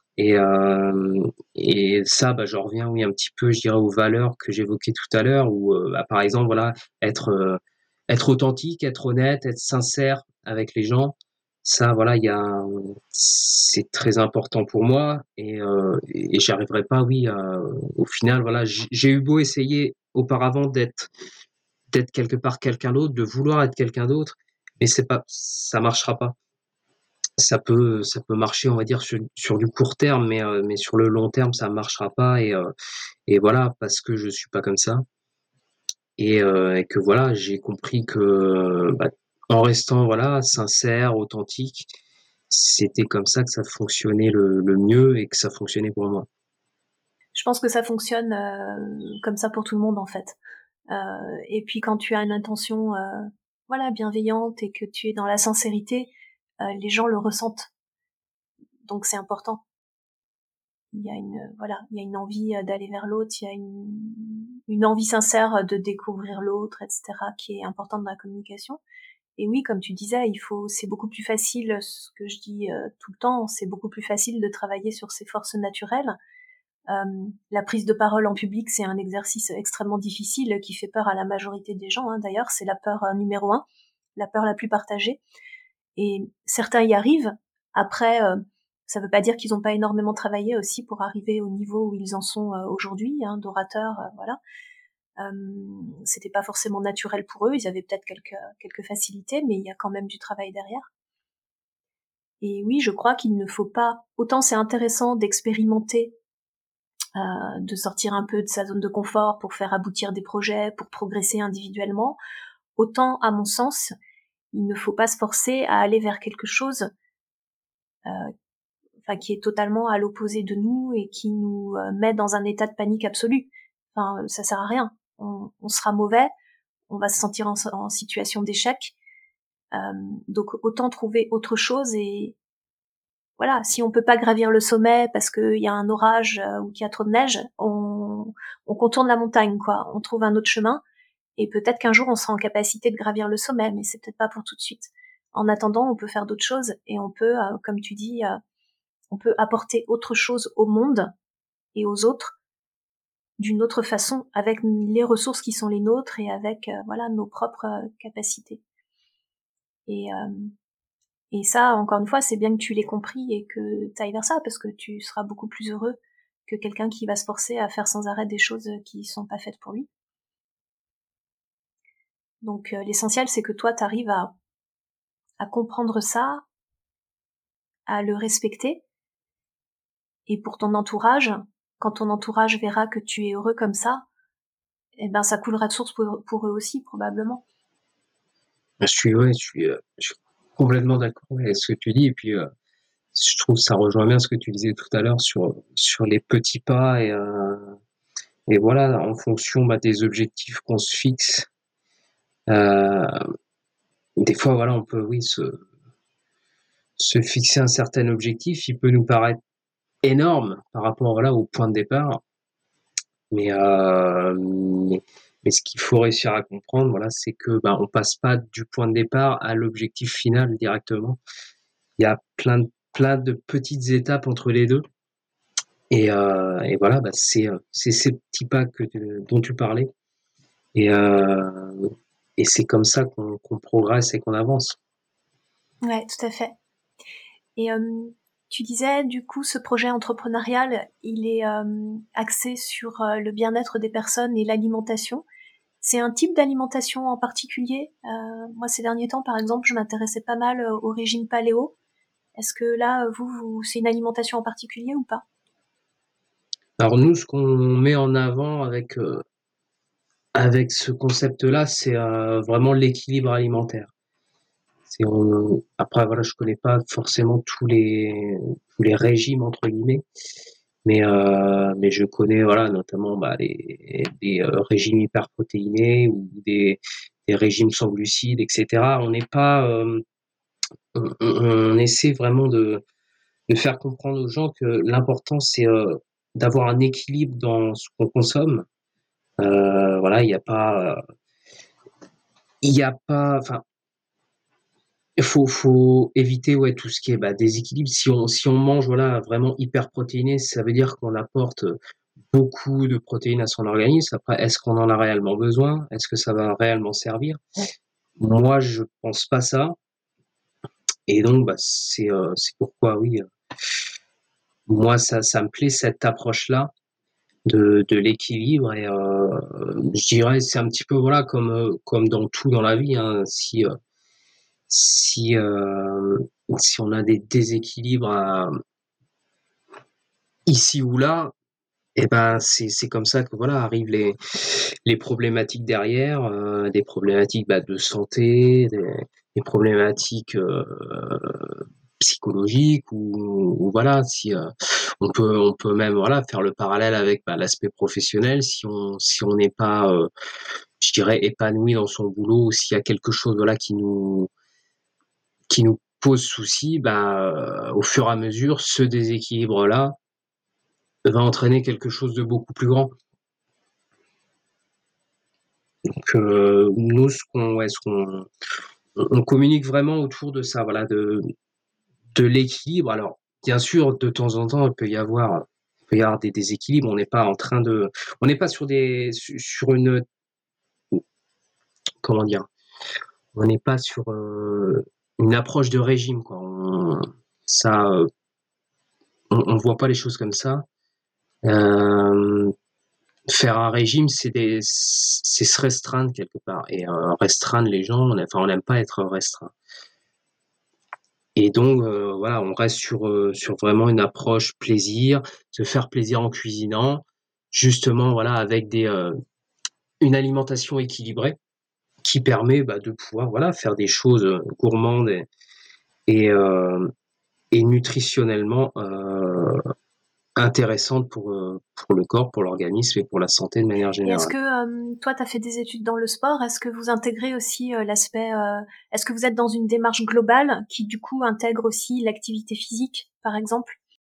et ça, bah, j'en reviens, oui, un petit peu, je dirais, aux valeurs que j'évoquais tout à l'heure où, bah, par exemple, voilà, être, être authentique, être honnête, être sincère avec les gens. Ça, voilà, il y a, c'est très important pour moi et j'y arriverai pas, oui, au final, voilà, j'ai eu beau essayer auparavant d'être quelque part quelqu'un d'autre, de vouloir être quelqu'un d'autre, mais c'est pas ça marchera pas. Ça peut marcher, on va dire, sur du court terme, mais sur le long terme, ça marchera pas et voilà, parce que je suis pas comme ça et que voilà, j'ai compris que, bah, en restant, voilà, sincère, authentique, c'était comme ça que ça fonctionnait le mieux et que ça fonctionnait pour moi. Je pense que ça fonctionne comme ça pour tout le monde en fait. Et puis quand tu as une intention voilà bienveillante et que tu es dans la sincérité, les gens le ressentent. Donc c'est important. Il y a une voilà, il y a une envie d'aller vers l'autre, il y a une envie sincère de découvrir l'autre, etc. qui est importante dans la communication. Et oui, comme tu disais, c'est beaucoup plus facile, ce que je dis tout le temps, c'est beaucoup plus facile de travailler sur ses forces naturelles. La prise de parole en public, c'est un exercice extrêmement difficile qui fait peur à la majorité des gens. Hein, d'ailleurs, c'est la peur numéro un, la peur la plus partagée. Et certains y arrivent. Après, ça ne veut pas dire qu'ils n'ont pas énormément travaillé aussi pour arriver au niveau où ils en sont aujourd'hui, hein, d'orateurs, voilà. C'était pas forcément naturel pour eux. Ils avaient peut-être quelques facilités, mais il y a quand même du travail derrière. Et oui, je crois qu'il ne faut pas. Autant c'est intéressant d'expérimenter, de sortir un peu de sa zone de confort pour faire aboutir des projets, pour progresser individuellement. Autant, à mon sens, il ne faut pas se forcer à aller vers quelque chose qui est totalement à l'opposé de nous et qui nous met dans un état de panique absolu. Enfin, ça sert à rien. On sera mauvais, on va se sentir en situation d'échec. Donc autant trouver autre chose et voilà, si on peut pas gravir le sommet parce qu'il y a un orage ou qu'il y a trop de neige, on contourne la montagne, quoi. On trouve un autre chemin et peut-être qu'un jour on sera en capacité de gravir le sommet, mais c'est peut-être pas pour tout de suite. En attendant, on peut faire d'autres choses et on peut, comme tu dis, on peut apporter autre chose au monde et aux autres d'une autre façon, avec les ressources qui sont les nôtres et avec voilà nos propres capacités. Et, euh, et ça, encore une fois, c'est bien que tu l'aies compris et que tu ailles vers ça, parce que tu seras beaucoup plus heureux que quelqu'un qui va se forcer à faire sans arrêt des choses qui sont pas faites pour lui. Donc l'essentiel, c'est que toi, tu arrives à comprendre ça, à le respecter, et pour ton entourage, quand ton entourage verra que tu es heureux comme ça, eh ben ça coulera de source pour eux aussi, probablement. Je suis ouais, je suis complètement d'accord avec ce que tu dis et puis, je trouve que ça rejoint bien ce que tu disais tout à l'heure sur les petits pas et voilà, en fonction, des objectifs qu'on se fixe, heu, des fois, voilà, on peut, oui, se fixer un certain objectif. Il peut nous paraître énorme par rapport, voilà, au point de départ, mais heu, mais mais ce qu'il faut réussir à comprendre, voilà, c'est que, on passe pas du point de départ à l'objectif final directement. Il y a plein de petites étapes entre les 2 et voilà, c'est ces petits pas dont tu parlais et heu et c'est comme ça qu'on progresse et qu'on avance. Ouais, tout à fait. Et tu disais, du coup, ce projet entrepreneurial, il est axé sur le bien-être des personnes et l'alimentation. C'est un type d'alimentation en particulier? Moi, ces derniers temps, par exemple, je m'intéressais pas mal au régime paléo. Est-ce que là, c'est une alimentation en particulier ou pas? Alors nous, ce qu'on met en avant avec ce concept-là, c'est, vraiment l'équilibre alimentaire. C'est on Après voilà, je connais pas forcément tous les «régimes» entre guillemets, mais je connais voilà notamment, des régimes hyperprotéinés ou des régimes sans glucides et cetera. On n'est pas, on essaie vraiment de faire comprendre aux gens que l'important c'est, d'avoir un équilibre dans ce qu'on consomme. Voilà, il y a pas enfin, il faut éviter, ouais, tout ce qui est, déséquilibre. Si on mange, voilà, vraiment hyper protéiné, ça veut dire qu'on apporte, beaucoup de protéines à son organisme. Après, est-ce qu'on en a réellement besoin? Est-ce que ça va réellement servir? Moi, je pense pas ça et donc, c'est pourquoi oui, moi ça me plaît cette approche-là de l'équilibre je dirais c'est un petit peu, voilà, comme dans tout dans la vie, hein. Si, si on a des déséquilibres ici ou là, et ben, c'est comme ça que, voilà, arrivent les problématiques derrière, des problématiques, de santé, des problématiques, psychologiques ou voilà, si, on peut même, voilà, faire le parallèle avec, l'aspect professionnel. Si on n'est pas, je dirais épanoui dans son boulot ou s'il y a quelque chose, voilà, qui nous pose souci, au fur et à mesure, ce déséquilibre-là va entraîner quelque chose de beaucoup plus grand. Donc, nous, ce qu'on communique vraiment autour de ça, voilà, de l'équilibre. Alors, bien sûr, de temps en temps, il peut y avoir des déséquilibres. On n'est pas sur une, comment dire? On n'est pas sur, une approche de régime, quoi. Ça, on voit pas les choses comme ça. Hem Faire un régime, c'est se restreindre quelque part restreindre les gens, on n'aime pas être restreint et donc voilà, on reste sur vraiment une approche plaisir, se faire plaisir en cuisinant, justement, voilà, avec une alimentation équilibrée qui permet, de pouvoir, voilà, faire des choses, gourmandes et hem et nutritionnellement, intéressantes pour le corps, pour l'organisme et pour la santé de manière Et est-ce générale. que toi, tu as fait des études dans le sport? Est-ce que vous intégrez aussi l'aspect est-ce que vous êtes dans une démarche globale qui du coup intègre aussi l'activité physique, par exemple?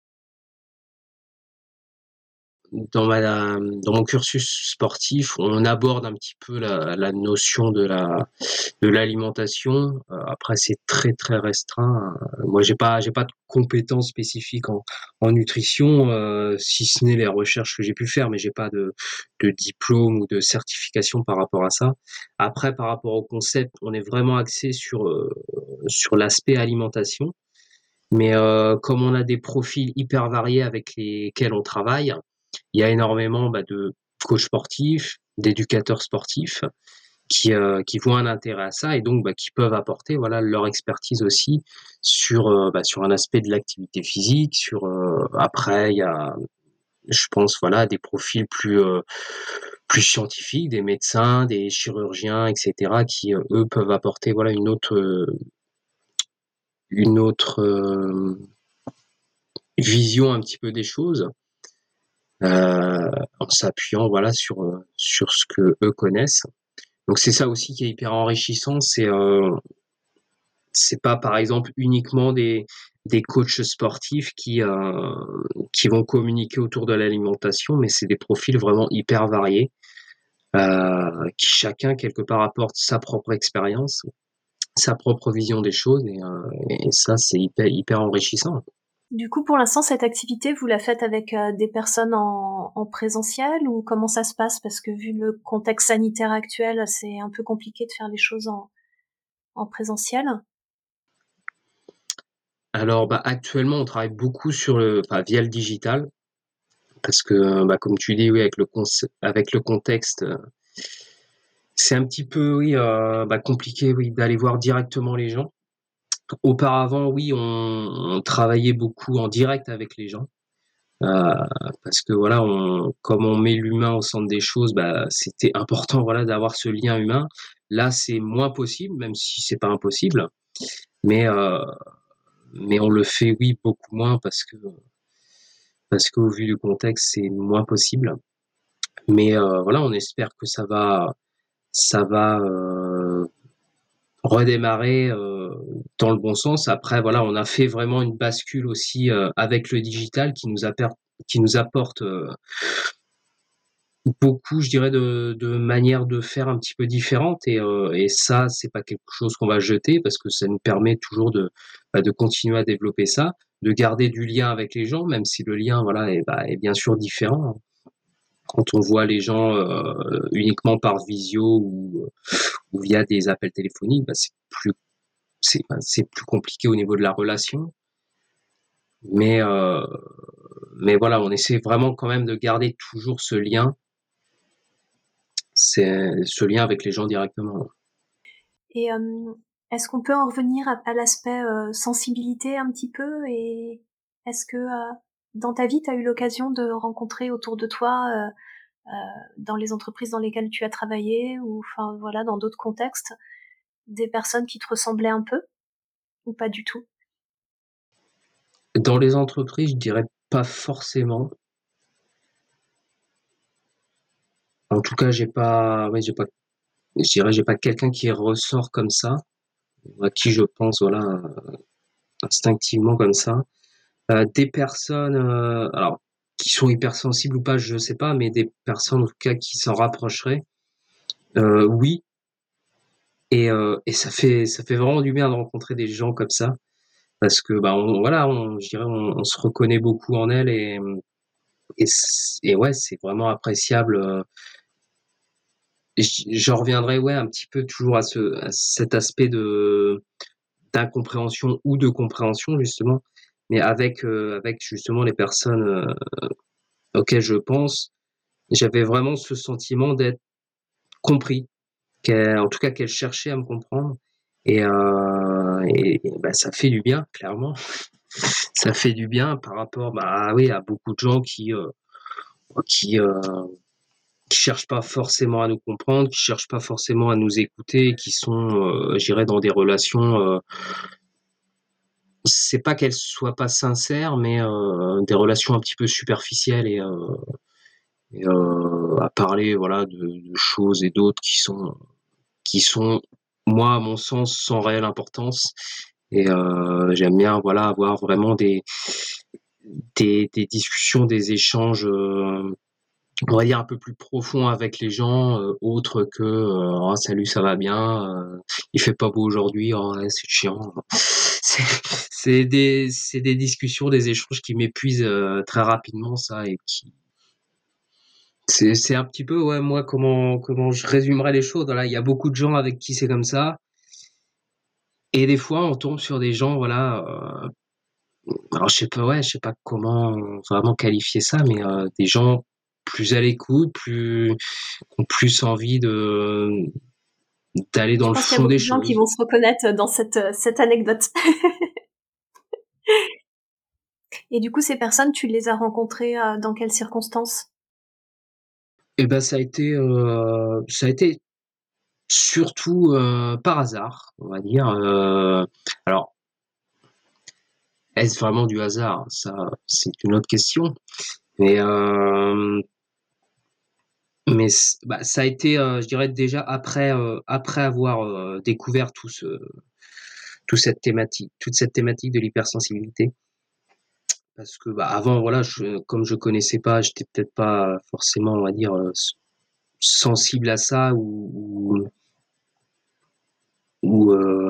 Dans mon cursus sportif, on aborde un petit peu la notion de l'alimentation. Après c'est très, très restreint. Moi j'ai pas de compétences spécifiques en nutrition, si ce n'est les recherches que j'ai pu faire, mais j'ai pas de diplôme ou de certification par rapport à ça. Après par rapport au concept, on est vraiment axé sur l'aspect alimentation, mais comme on a des profils hyper variés avec lesquels on travaille, il y a énormément, de coachs sportifs, d'éducateurs sportifs qui voient un intérêt à ça et donc qui peuvent apporter, voilà, leur expertise aussi sur un aspect de l'activité physique, après il y a, je pense, voilà, des profils plus scientifiques, des médecins, des chirurgiens et cetera qui, eux, peuvent apporter, voilà, une autre, vision un petit peu des choses, en s'appuyant voilà sur ce que eux connaissent. Donc c'est ça aussi qui est hyper enrichissant, c'est pas par exemple uniquement des coachs sportifs qui vont communiquer autour de l'alimentation, mais c'est des profils vraiment hyper variés, qui chacun quelque part apporte sa propre expérience, sa propre vision des choses, et ça c'est hyper enrichissant. Du coup, pour l'instant, cette activité, vous la faites avec des personnes en présentiel ou comment ça se passe? Parce que vu le contexte sanitaire actuel, c'est un peu compliqué de faire les choses en présentiel. Alors bah actuellement on travaille beaucoup via le digital, parce que bah comme tu dis oui avec le contexte, c'est un petit peu oui bah compliqué oui d'aller voir directement les gens. Auparavant, oui, on travaillait beaucoup en direct avec les gens, parce que voilà, comme on met l'humain au centre des choses, bah, c'était important, voilà, d'avoir ce lien humain. Là, c'est moins possible, même si c'est pas impossible, mais mais on le fait, oui, beaucoup moins parce qu'au vu du contexte, c'est moins possible. Mais voilà, on espère que ça va redémarrer dans le bon sens. Après, voilà, on a fait vraiment une bascule aussi avec le digital qui nous apporte beaucoup, je dirais, de manières de faire un petit peu différentes. Et ça, c'est pas quelque chose qu'on va jeter parce que ça nous permet toujours de continuer à développer ça, de garder du lien avec les gens, même si le lien, voilà, est bien sûr différent. Quand on voit les gens uniquement par visio ou via des appels téléphoniques, bah, c'est plus compliqué au niveau de la relation, mais mais voilà, on essaie vraiment quand même de garder toujours ce lien avec les gens directement. Et est-ce qu'on peut en revenir à l'aspect sensibilité un petit peu et est-ce que dans ta vie, tu as eu l'occasion de rencontrer autour de toi, dans les entreprises dans lesquelles tu as travaillé ou enfin voilà, dans d'autres contextes, des personnes qui te ressemblaient un peu ou pas du tout? Dans les entreprises, je dirais pas forcément. En tout cas, j'ai pas quelqu'un qui ressort comme ça, à qui je pense, voilà, instinctivement comme ça. Des personnes, alors qui sont hypersensibles ou pas, je sais pas, mais des personnes en tout cas qui s'en rapprocheraient, oui. Et ça fait vraiment du bien de rencontrer des gens comme ça parce que, bah, voilà, je dirais on se reconnaît beaucoup en elles et ouais, c'est vraiment appréciable, j'en reviendrai, ouais, un petit peu toujours à cet aspect de d'incompréhension ou de compréhension justement, mais avec justement les personnes, auxquelles je pense, j'avais vraiment ce sentiment d'être compris, en tout cas qu'elles cherchaient à me comprendre et bah, ça fait du bien clairement. Ça fait du bien par rapport, bah, oui, à beaucoup de gens qui, heu, qui cherchent pas forcément à nous comprendre, qui cherchent pas forcément à nous écouter, qui sont, je dirais dans des relations, c'est pas qu'elles soient pas sincères, mais des relations un petit peu superficielles à parler, voilà, de choses et d'autres qui sont, moi, à mon sens, sans réelle importance. J'aime bien, voilà, avoir vraiment des discussions, des échanges, on va dire un peu plus profonds avec les gens, autres que, «Oh salut, ça va bien? Il fait pas beau aujourd'hui? Oh ouais, c'est chiant». C'est des discussions, des échanges qui m'épuisent, très rapidement ça et qui c'est un petit peu, ouais, moi, comment je résumerais les choses. Voilà, il y a beaucoup de gens avec qui c'est comme ça et des fois on tombe sur des gens, voilà, alors je sais pas comment vraiment qualifier ça, mais des gens plus à l'écoute, qui ont plus envie d'aller dans Je le pense qu'il y a fond des beaucoup de gens qui choses. vont se reconnaître dans cette anecdote. Et du coup, ces personnes, tu les as rencontrées dans quelles circonstances? Et ben ça a été surtout, par hasard, on va dire, alors Est-ce vraiment du hasard? Ça, c'est une autre question. Mais, ça a été, je dirais déjà après avoir, découvert toute cette thématique de l'hypersensibilité. Parce que, avant, voilà, comme je connaissais pas, j'étais peut-être pas forcément, on va dire, sensible à ça ou,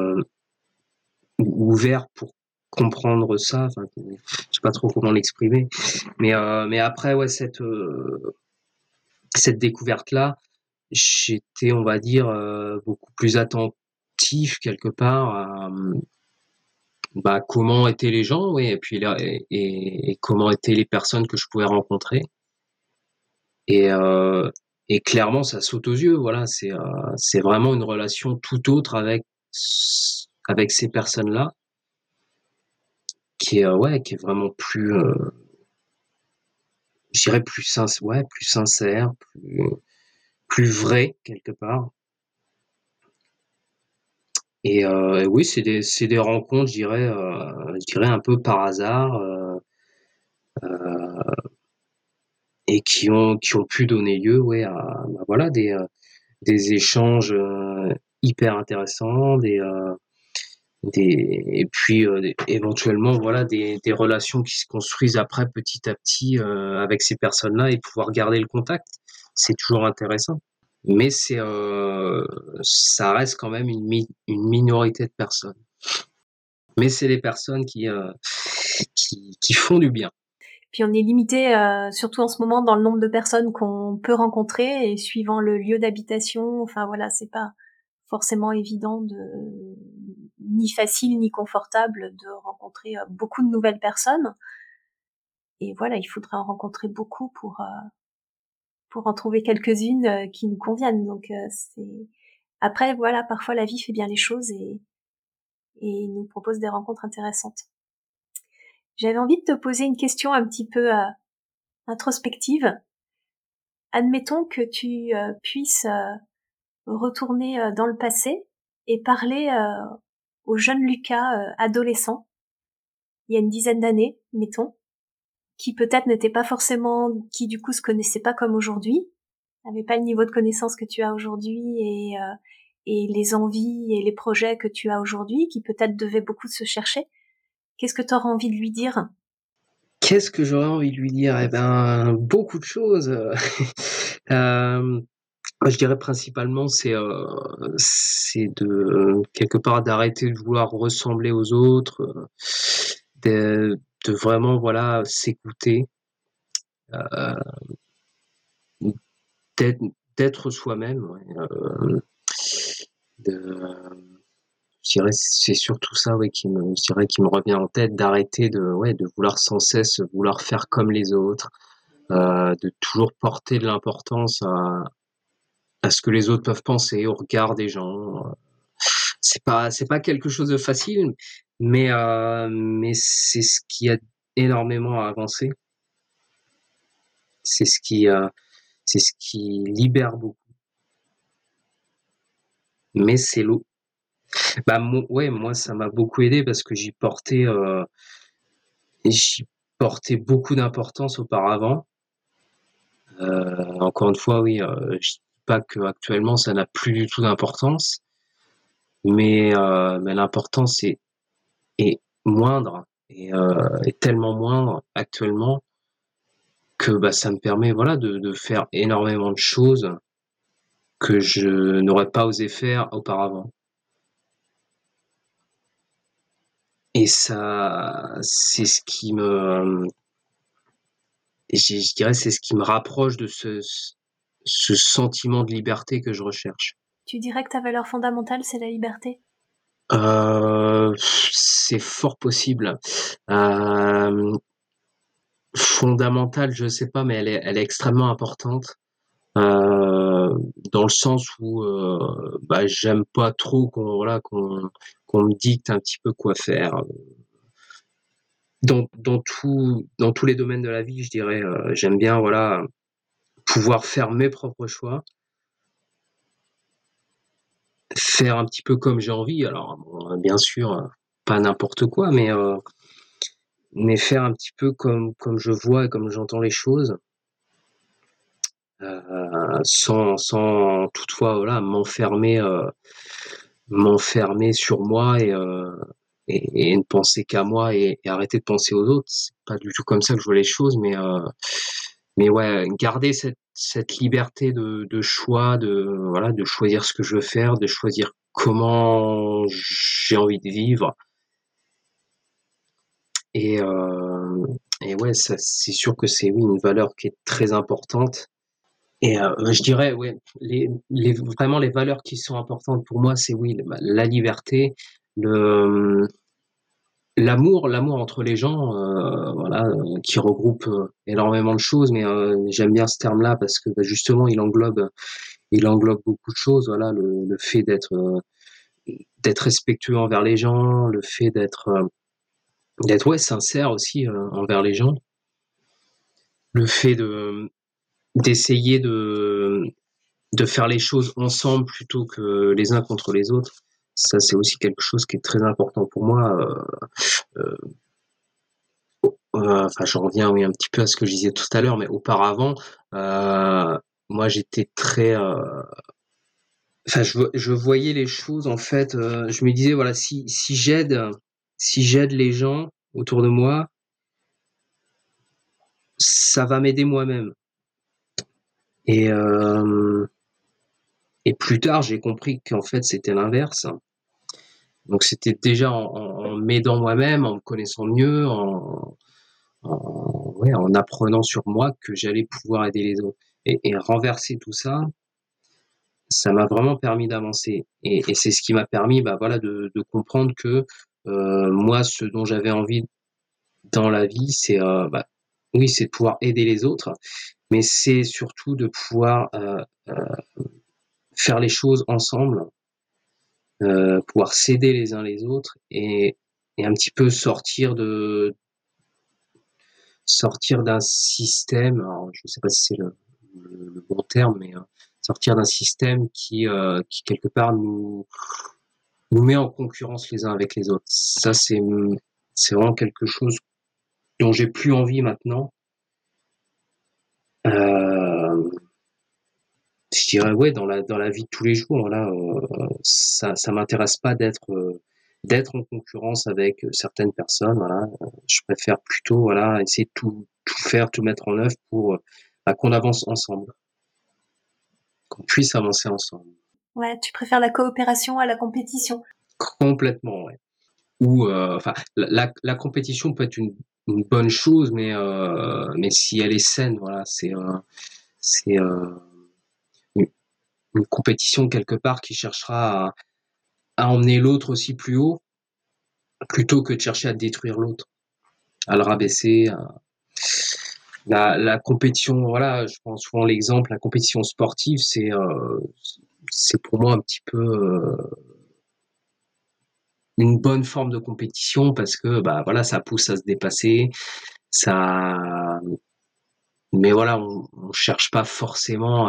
ouvert pour comprendre ça. Enfin, je sais pas trop comment l'exprimer. Mais après, ouais, cette découverte-là, j'étais, on va dire, beaucoup plus attentif quelque part à, comment étaient les gens, oui, et puis là, et comment étaient les personnes que je pouvais rencontrer. Et, et clairement, ça saute aux yeux. Voilà, c'est vraiment une relation tout autre avec ces personnes-là, qui est, ouais, qui est vraiment plus, je dirais plus sincère, plus vrai quelque part. Et, oui, c'est des rencontres, je dirais un peu par hasard, et qui ont pu donner lieu, ouais, à, voilà, des échanges, hyper intéressants, et puis, éventuellement, voilà, des relations qui se construisent après petit à petit, avec ces personnes-là, et pouvoir garder le contact. C'est toujours intéressant. Mais ça reste quand même une minorité de personnes. Mais c'est des personnes qui font du bien. Puis on est limité, surtout en ce moment, dans le nombre de personnes qu'on peut rencontrer, et suivant le lieu d'habitation, enfin voilà, c'est pas forcément évident ni facile ni confortable de rencontrer beaucoup de nouvelles personnes. Et voilà, il faudrait en rencontrer beaucoup pour en trouver quelques-unes qui nous conviennent. Donc c'est après voilà, parfois la vie fait bien les choses et nous propose des rencontres intéressantes. J'avais envie de te poser une question un petit peu introspective. Admettons que tu puisses retourner dans le passé et parler au jeune Lucas adolescent, il y a une dizaine d'années, mettons, qui peut-être n'était pas forcément, qui du coup se connaissait pas comme aujourd'hui, n'avait pas le niveau de connaissance que tu as aujourd'hui et les envies et les projets que tu as aujourd'hui, qui peut-être devait beaucoup se chercher. Qu'est-ce que tu auras envie de lui dire? Qu'est-ce que j'aurais envie de lui dire? Eh ben, beaucoup de choses. Je dirais principalement, c'est de quelque part d'arrêter de vouloir ressembler aux autres, de vraiment, voilà, s'écouter, heu, d'être d'être soi-même, ouais, de je dirais c'est surtout ça, ouais, qui me revient en tête, d'arrêter de vouloir sans cesse vouloir faire comme les autres, de toujours porter de l'importance à ce que les autres peuvent penser, au regard des gens. C'est pas quelque chose de facile, mais c'est ce qui a énormément avancé. C'est ce qui, c'est ce qui libère beaucoup. Mais c'est l'eau. Ouais, moi ça m'a beaucoup aidé parce que j'y portais beaucoup d'importance auparavant. Encore une fois, oui, je dis pas qu'actuellement ça n'a plus du tout d'importance, mais l'importance est moindre, est tellement moindre actuellement que, ça me permet, voilà, de faire énormément de choses que je n'aurais pas osé faire auparavant. Et ça, c'est ce qui me je dirais, c'est ce qui me rapproche de ce sentiment de liberté que je recherche. Tu dirais que ta valeur fondamentale, c'est la liberté? C'est fort possible. Hem, Fondamentale, je sais pas, mais elle est extrêmement importante, dans le sens où, j'aime pas trop qu'on me dicte un petit peu quoi faire. Dans tous les domaines de la vie, je dirais, j'aime bien, voilà, pouvoir faire mes propres choix, faire un petit peu comme j'ai envie. Alors bon, bien sûr, pas n'importe quoi, mais faire un petit peu comme je vois et comme j'entends les choses, sans toutefois, voilà, m'enfermer sur moi et ne penser qu'à moi et arrêter de penser aux autres. C'est pas du tout comme ça que je vois les choses, mais ouais, garder cette liberté de choix, voilà, de choisir ce que je veux faire, de choisir comment j'ai envie de vivre et heu et ouais, ça, c'est sûr que c'est, oui, une valeur qui est très importante et je dirais, ouais, les valeurs qui sont importantes pour moi, c'est oui, la liberté, le, l'amour entre les gens, voilà, qui regroupe, énormément de choses, mais j'aime bien ce terme-là parce que, bah, justement, il englobe beaucoup de choses. Voilà, le fait d'être respectueux envers les gens, le fait d'être, ouais, sincère aussi, envers les gens. Le fait d'essayer de faire les choses ensemble plutôt que les uns contre les autres. Ça, c'est aussi quelque chose qui est très important pour moi, heu enfin, je reviens, oui, un petit peu à ce que je disais tout à l'heure, mais auparavant, moi, j'étais très, enfin, je voyais les choses, en fait, je me disais: «Voilà, si j'aide les gens autour de moi, ça va m'aider moi-même» et hem et plus tard, j'ai compris qu'en fait, c'était l'inverse. Donc c'était déjà en m'aidant moi-même, en me connaissant mieux, ouais, en apprenant sur moi que j'allais pouvoir aider les autres et renverser tout ça, ça m'a vraiment permis d'avancer et c'est ce qui m'a permis, bah, voilà, de comprendre que, moi, ce dont j'avais envie dans la vie, c'est, bah, oui, c'est de pouvoir aider les autres, mais c'est surtout de pouvoir, faire les choses ensemble, pouvoir s'aider les uns les autres et un petit peu sortir d'un système, alors je ne sais pas si c'est le bon terme, mais, sortir d'un système qui quelque part nous met en concurrence les uns avec les autres. Ça, c'est vraiment quelque chose dont j'ai plus envie maintenant. Hem, je dirais, ouais, dans la vie de tous les jours, voilà, ça m'intéresse pas d'être en concurrence avec, certaines personnes, voilà. Je préfère plutôt, voilà, essayer de tout faire, tout mettre en œuvre pour, bah, qu'on avance ensemble, qu'on puisse avancer ensemble. Ouais, tu préfères la coopération à la compétition. Complètement, ouais. Ou, enfin, la compétition peut être une bonne chose, mais si elle est saine, voilà, c'est, une une compétition quelque part qui cherchera à emmener l'autre aussi plus haut, plutôt que de chercher à détruire l'autre, à le rabaisser, la compétition, voilà, je prends souvent l'exemple, la compétition sportive, c'est pour moi un petit peu, une bonne forme de compétition parce que, bah, voilà, ça pousse à se dépasser, ça mais voilà, on cherche pas forcément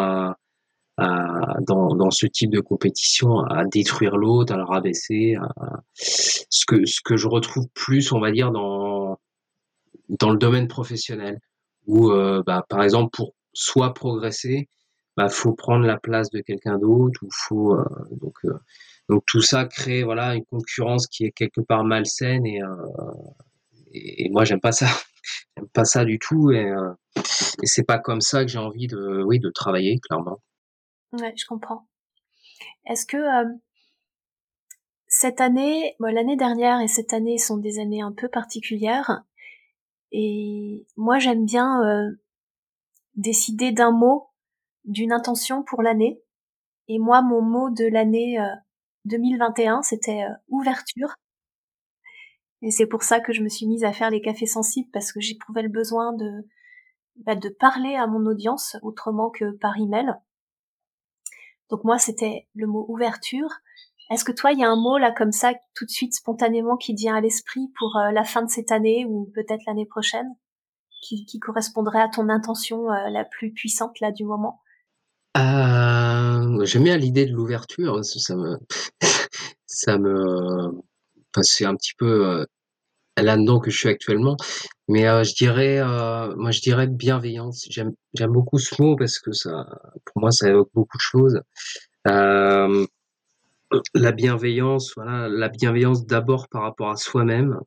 dans ce type de compétition à détruire l'autre, à le rabaisser, ce que je retrouve plus, on va dire, dans le domaine professionnel où, bah, par exemple, pour soit progresser, bah, faut prendre la place de quelqu'un d'autre ou faut, donc tout ça crée, voilà, une concurrence qui est quelque part malsaine et moi j'aime pas ça. J'aime pas ça du tout et c'est pas comme ça que j'ai envie de, oui, de travailler clairement. Ouais, je comprends. Est-ce que cette année, bon, l'année dernière et cette année sont des années un peu particulières, et moi j'aime bien décider d'un mot, d'une intention pour l'année. Et moi, mon mot de l'année 2021, c'était ouverture. Et c'est pour ça que je me suis mise à faire les cafés sensibles, parce que j'éprouvais le besoin de parler à mon audience autrement que par email. Donc moi, c'était le mot ouverture. Est-ce que toi, il y a un mot là comme ça, tout de suite, spontanément, qui te vient à l'esprit pour la fin de cette année ou peut-être l'année prochaine, qui correspondrait à ton intention la plus puissante là du moment? J'aime bien l'idée de l'ouverture, parce que ça me enfin, c'est un petit peu, là-dedans que je suis actuellement. Mais moi je dirais bienveillance. J'aime beaucoup ce mot parce que ça, pour moi, ça évoque beaucoup de choses. Euh, la bienveillance, voilà, la bienveillance d'abord par rapport à soi-même.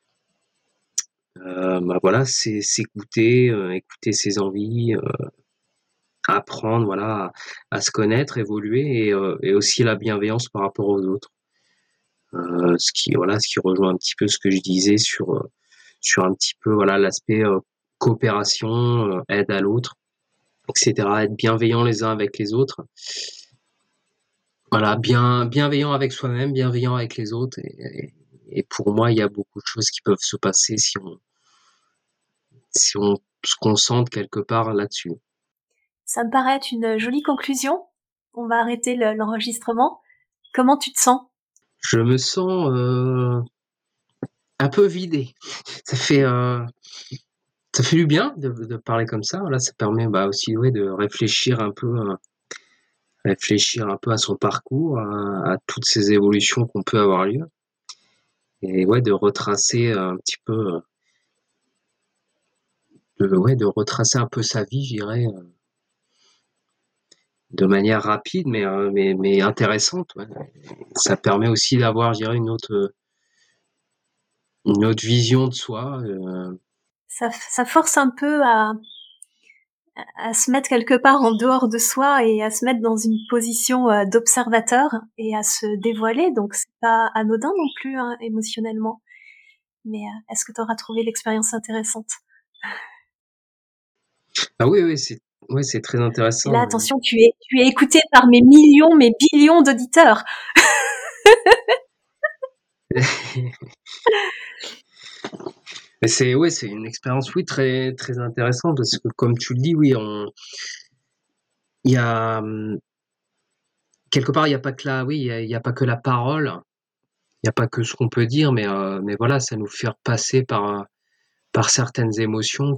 Bah voilà, c'est s'écouter, écouter ses envies, apprendre, voilà, à se connaître, évoluer et aussi la bienveillance par rapport aux autres. Ce qui rejoint un petit peu ce que je disais sur un petit peu voilà l'aspect coopération, aide à l'autre, etc. Être bienveillant les uns avec les autres. Voilà, bienveillant avec soi-même, bienveillant avec les autres. Et pour moi, il y a beaucoup de choses qui peuvent se passer si on se concentre quelque part là-dessus. Ça me paraît être une jolie conclusion. On va arrêter l'enregistrement. Comment tu te sens? Je me sens un peu vidé. Ça fait ça fait du bien de parler comme ça. Voilà, ça permet aussi de réfléchir un peu à son parcours, à toutes ces évolutions qu'on peut avoir lieu, et de retracer un petit peu, de retracer un peu sa vie, je dirais, de manière rapide, mais intéressante. Ouais. Ça permet aussi d'avoir, je dirais, une autre vision de soi. Ça force un peu à se mettre quelque part en dehors de soi et à se mettre dans une position d'observateur et à se dévoiler. Donc c'est pas anodin non plus hein, émotionnellement. Mais est-ce que tu auras trouvé l'expérience intéressante? Ah oui, oui, c'est très Et intéressant. là, attention, tu es écouté par mes millions, mes billions d'auditeurs. Mais c'est une expérience, oui, très, très intéressante parce que, comme tu le dis, oui, il y a, quelque part, il y a pas que il y a pas que la parole, il y a pas que ce qu'on peut dire, mais voilà, ça nous fait passer par certaines émotions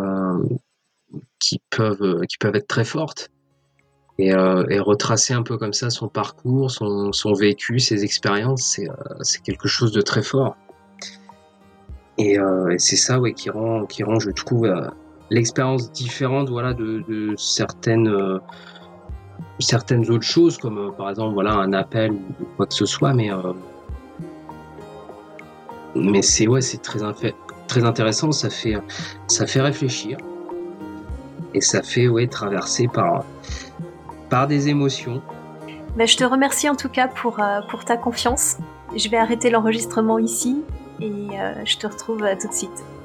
qui peuvent être très fortes et retracer un peu comme ça son parcours, son vécu, ses expériences, c'est quelque chose de très fort. Et c'est ça, ouais, qui rend, je trouve, l'expérience différente, voilà, de certaines autres choses, comme par exemple, voilà, un appel ou quoi que ce soit, mais c'est très intéressant. Ça fait réfléchir et ça fait, ouais, traverser par des émotions. Ben, je te remercie en tout cas pour ta confiance. Je vais arrêter l'enregistrement ici et je te retrouve tout de suite.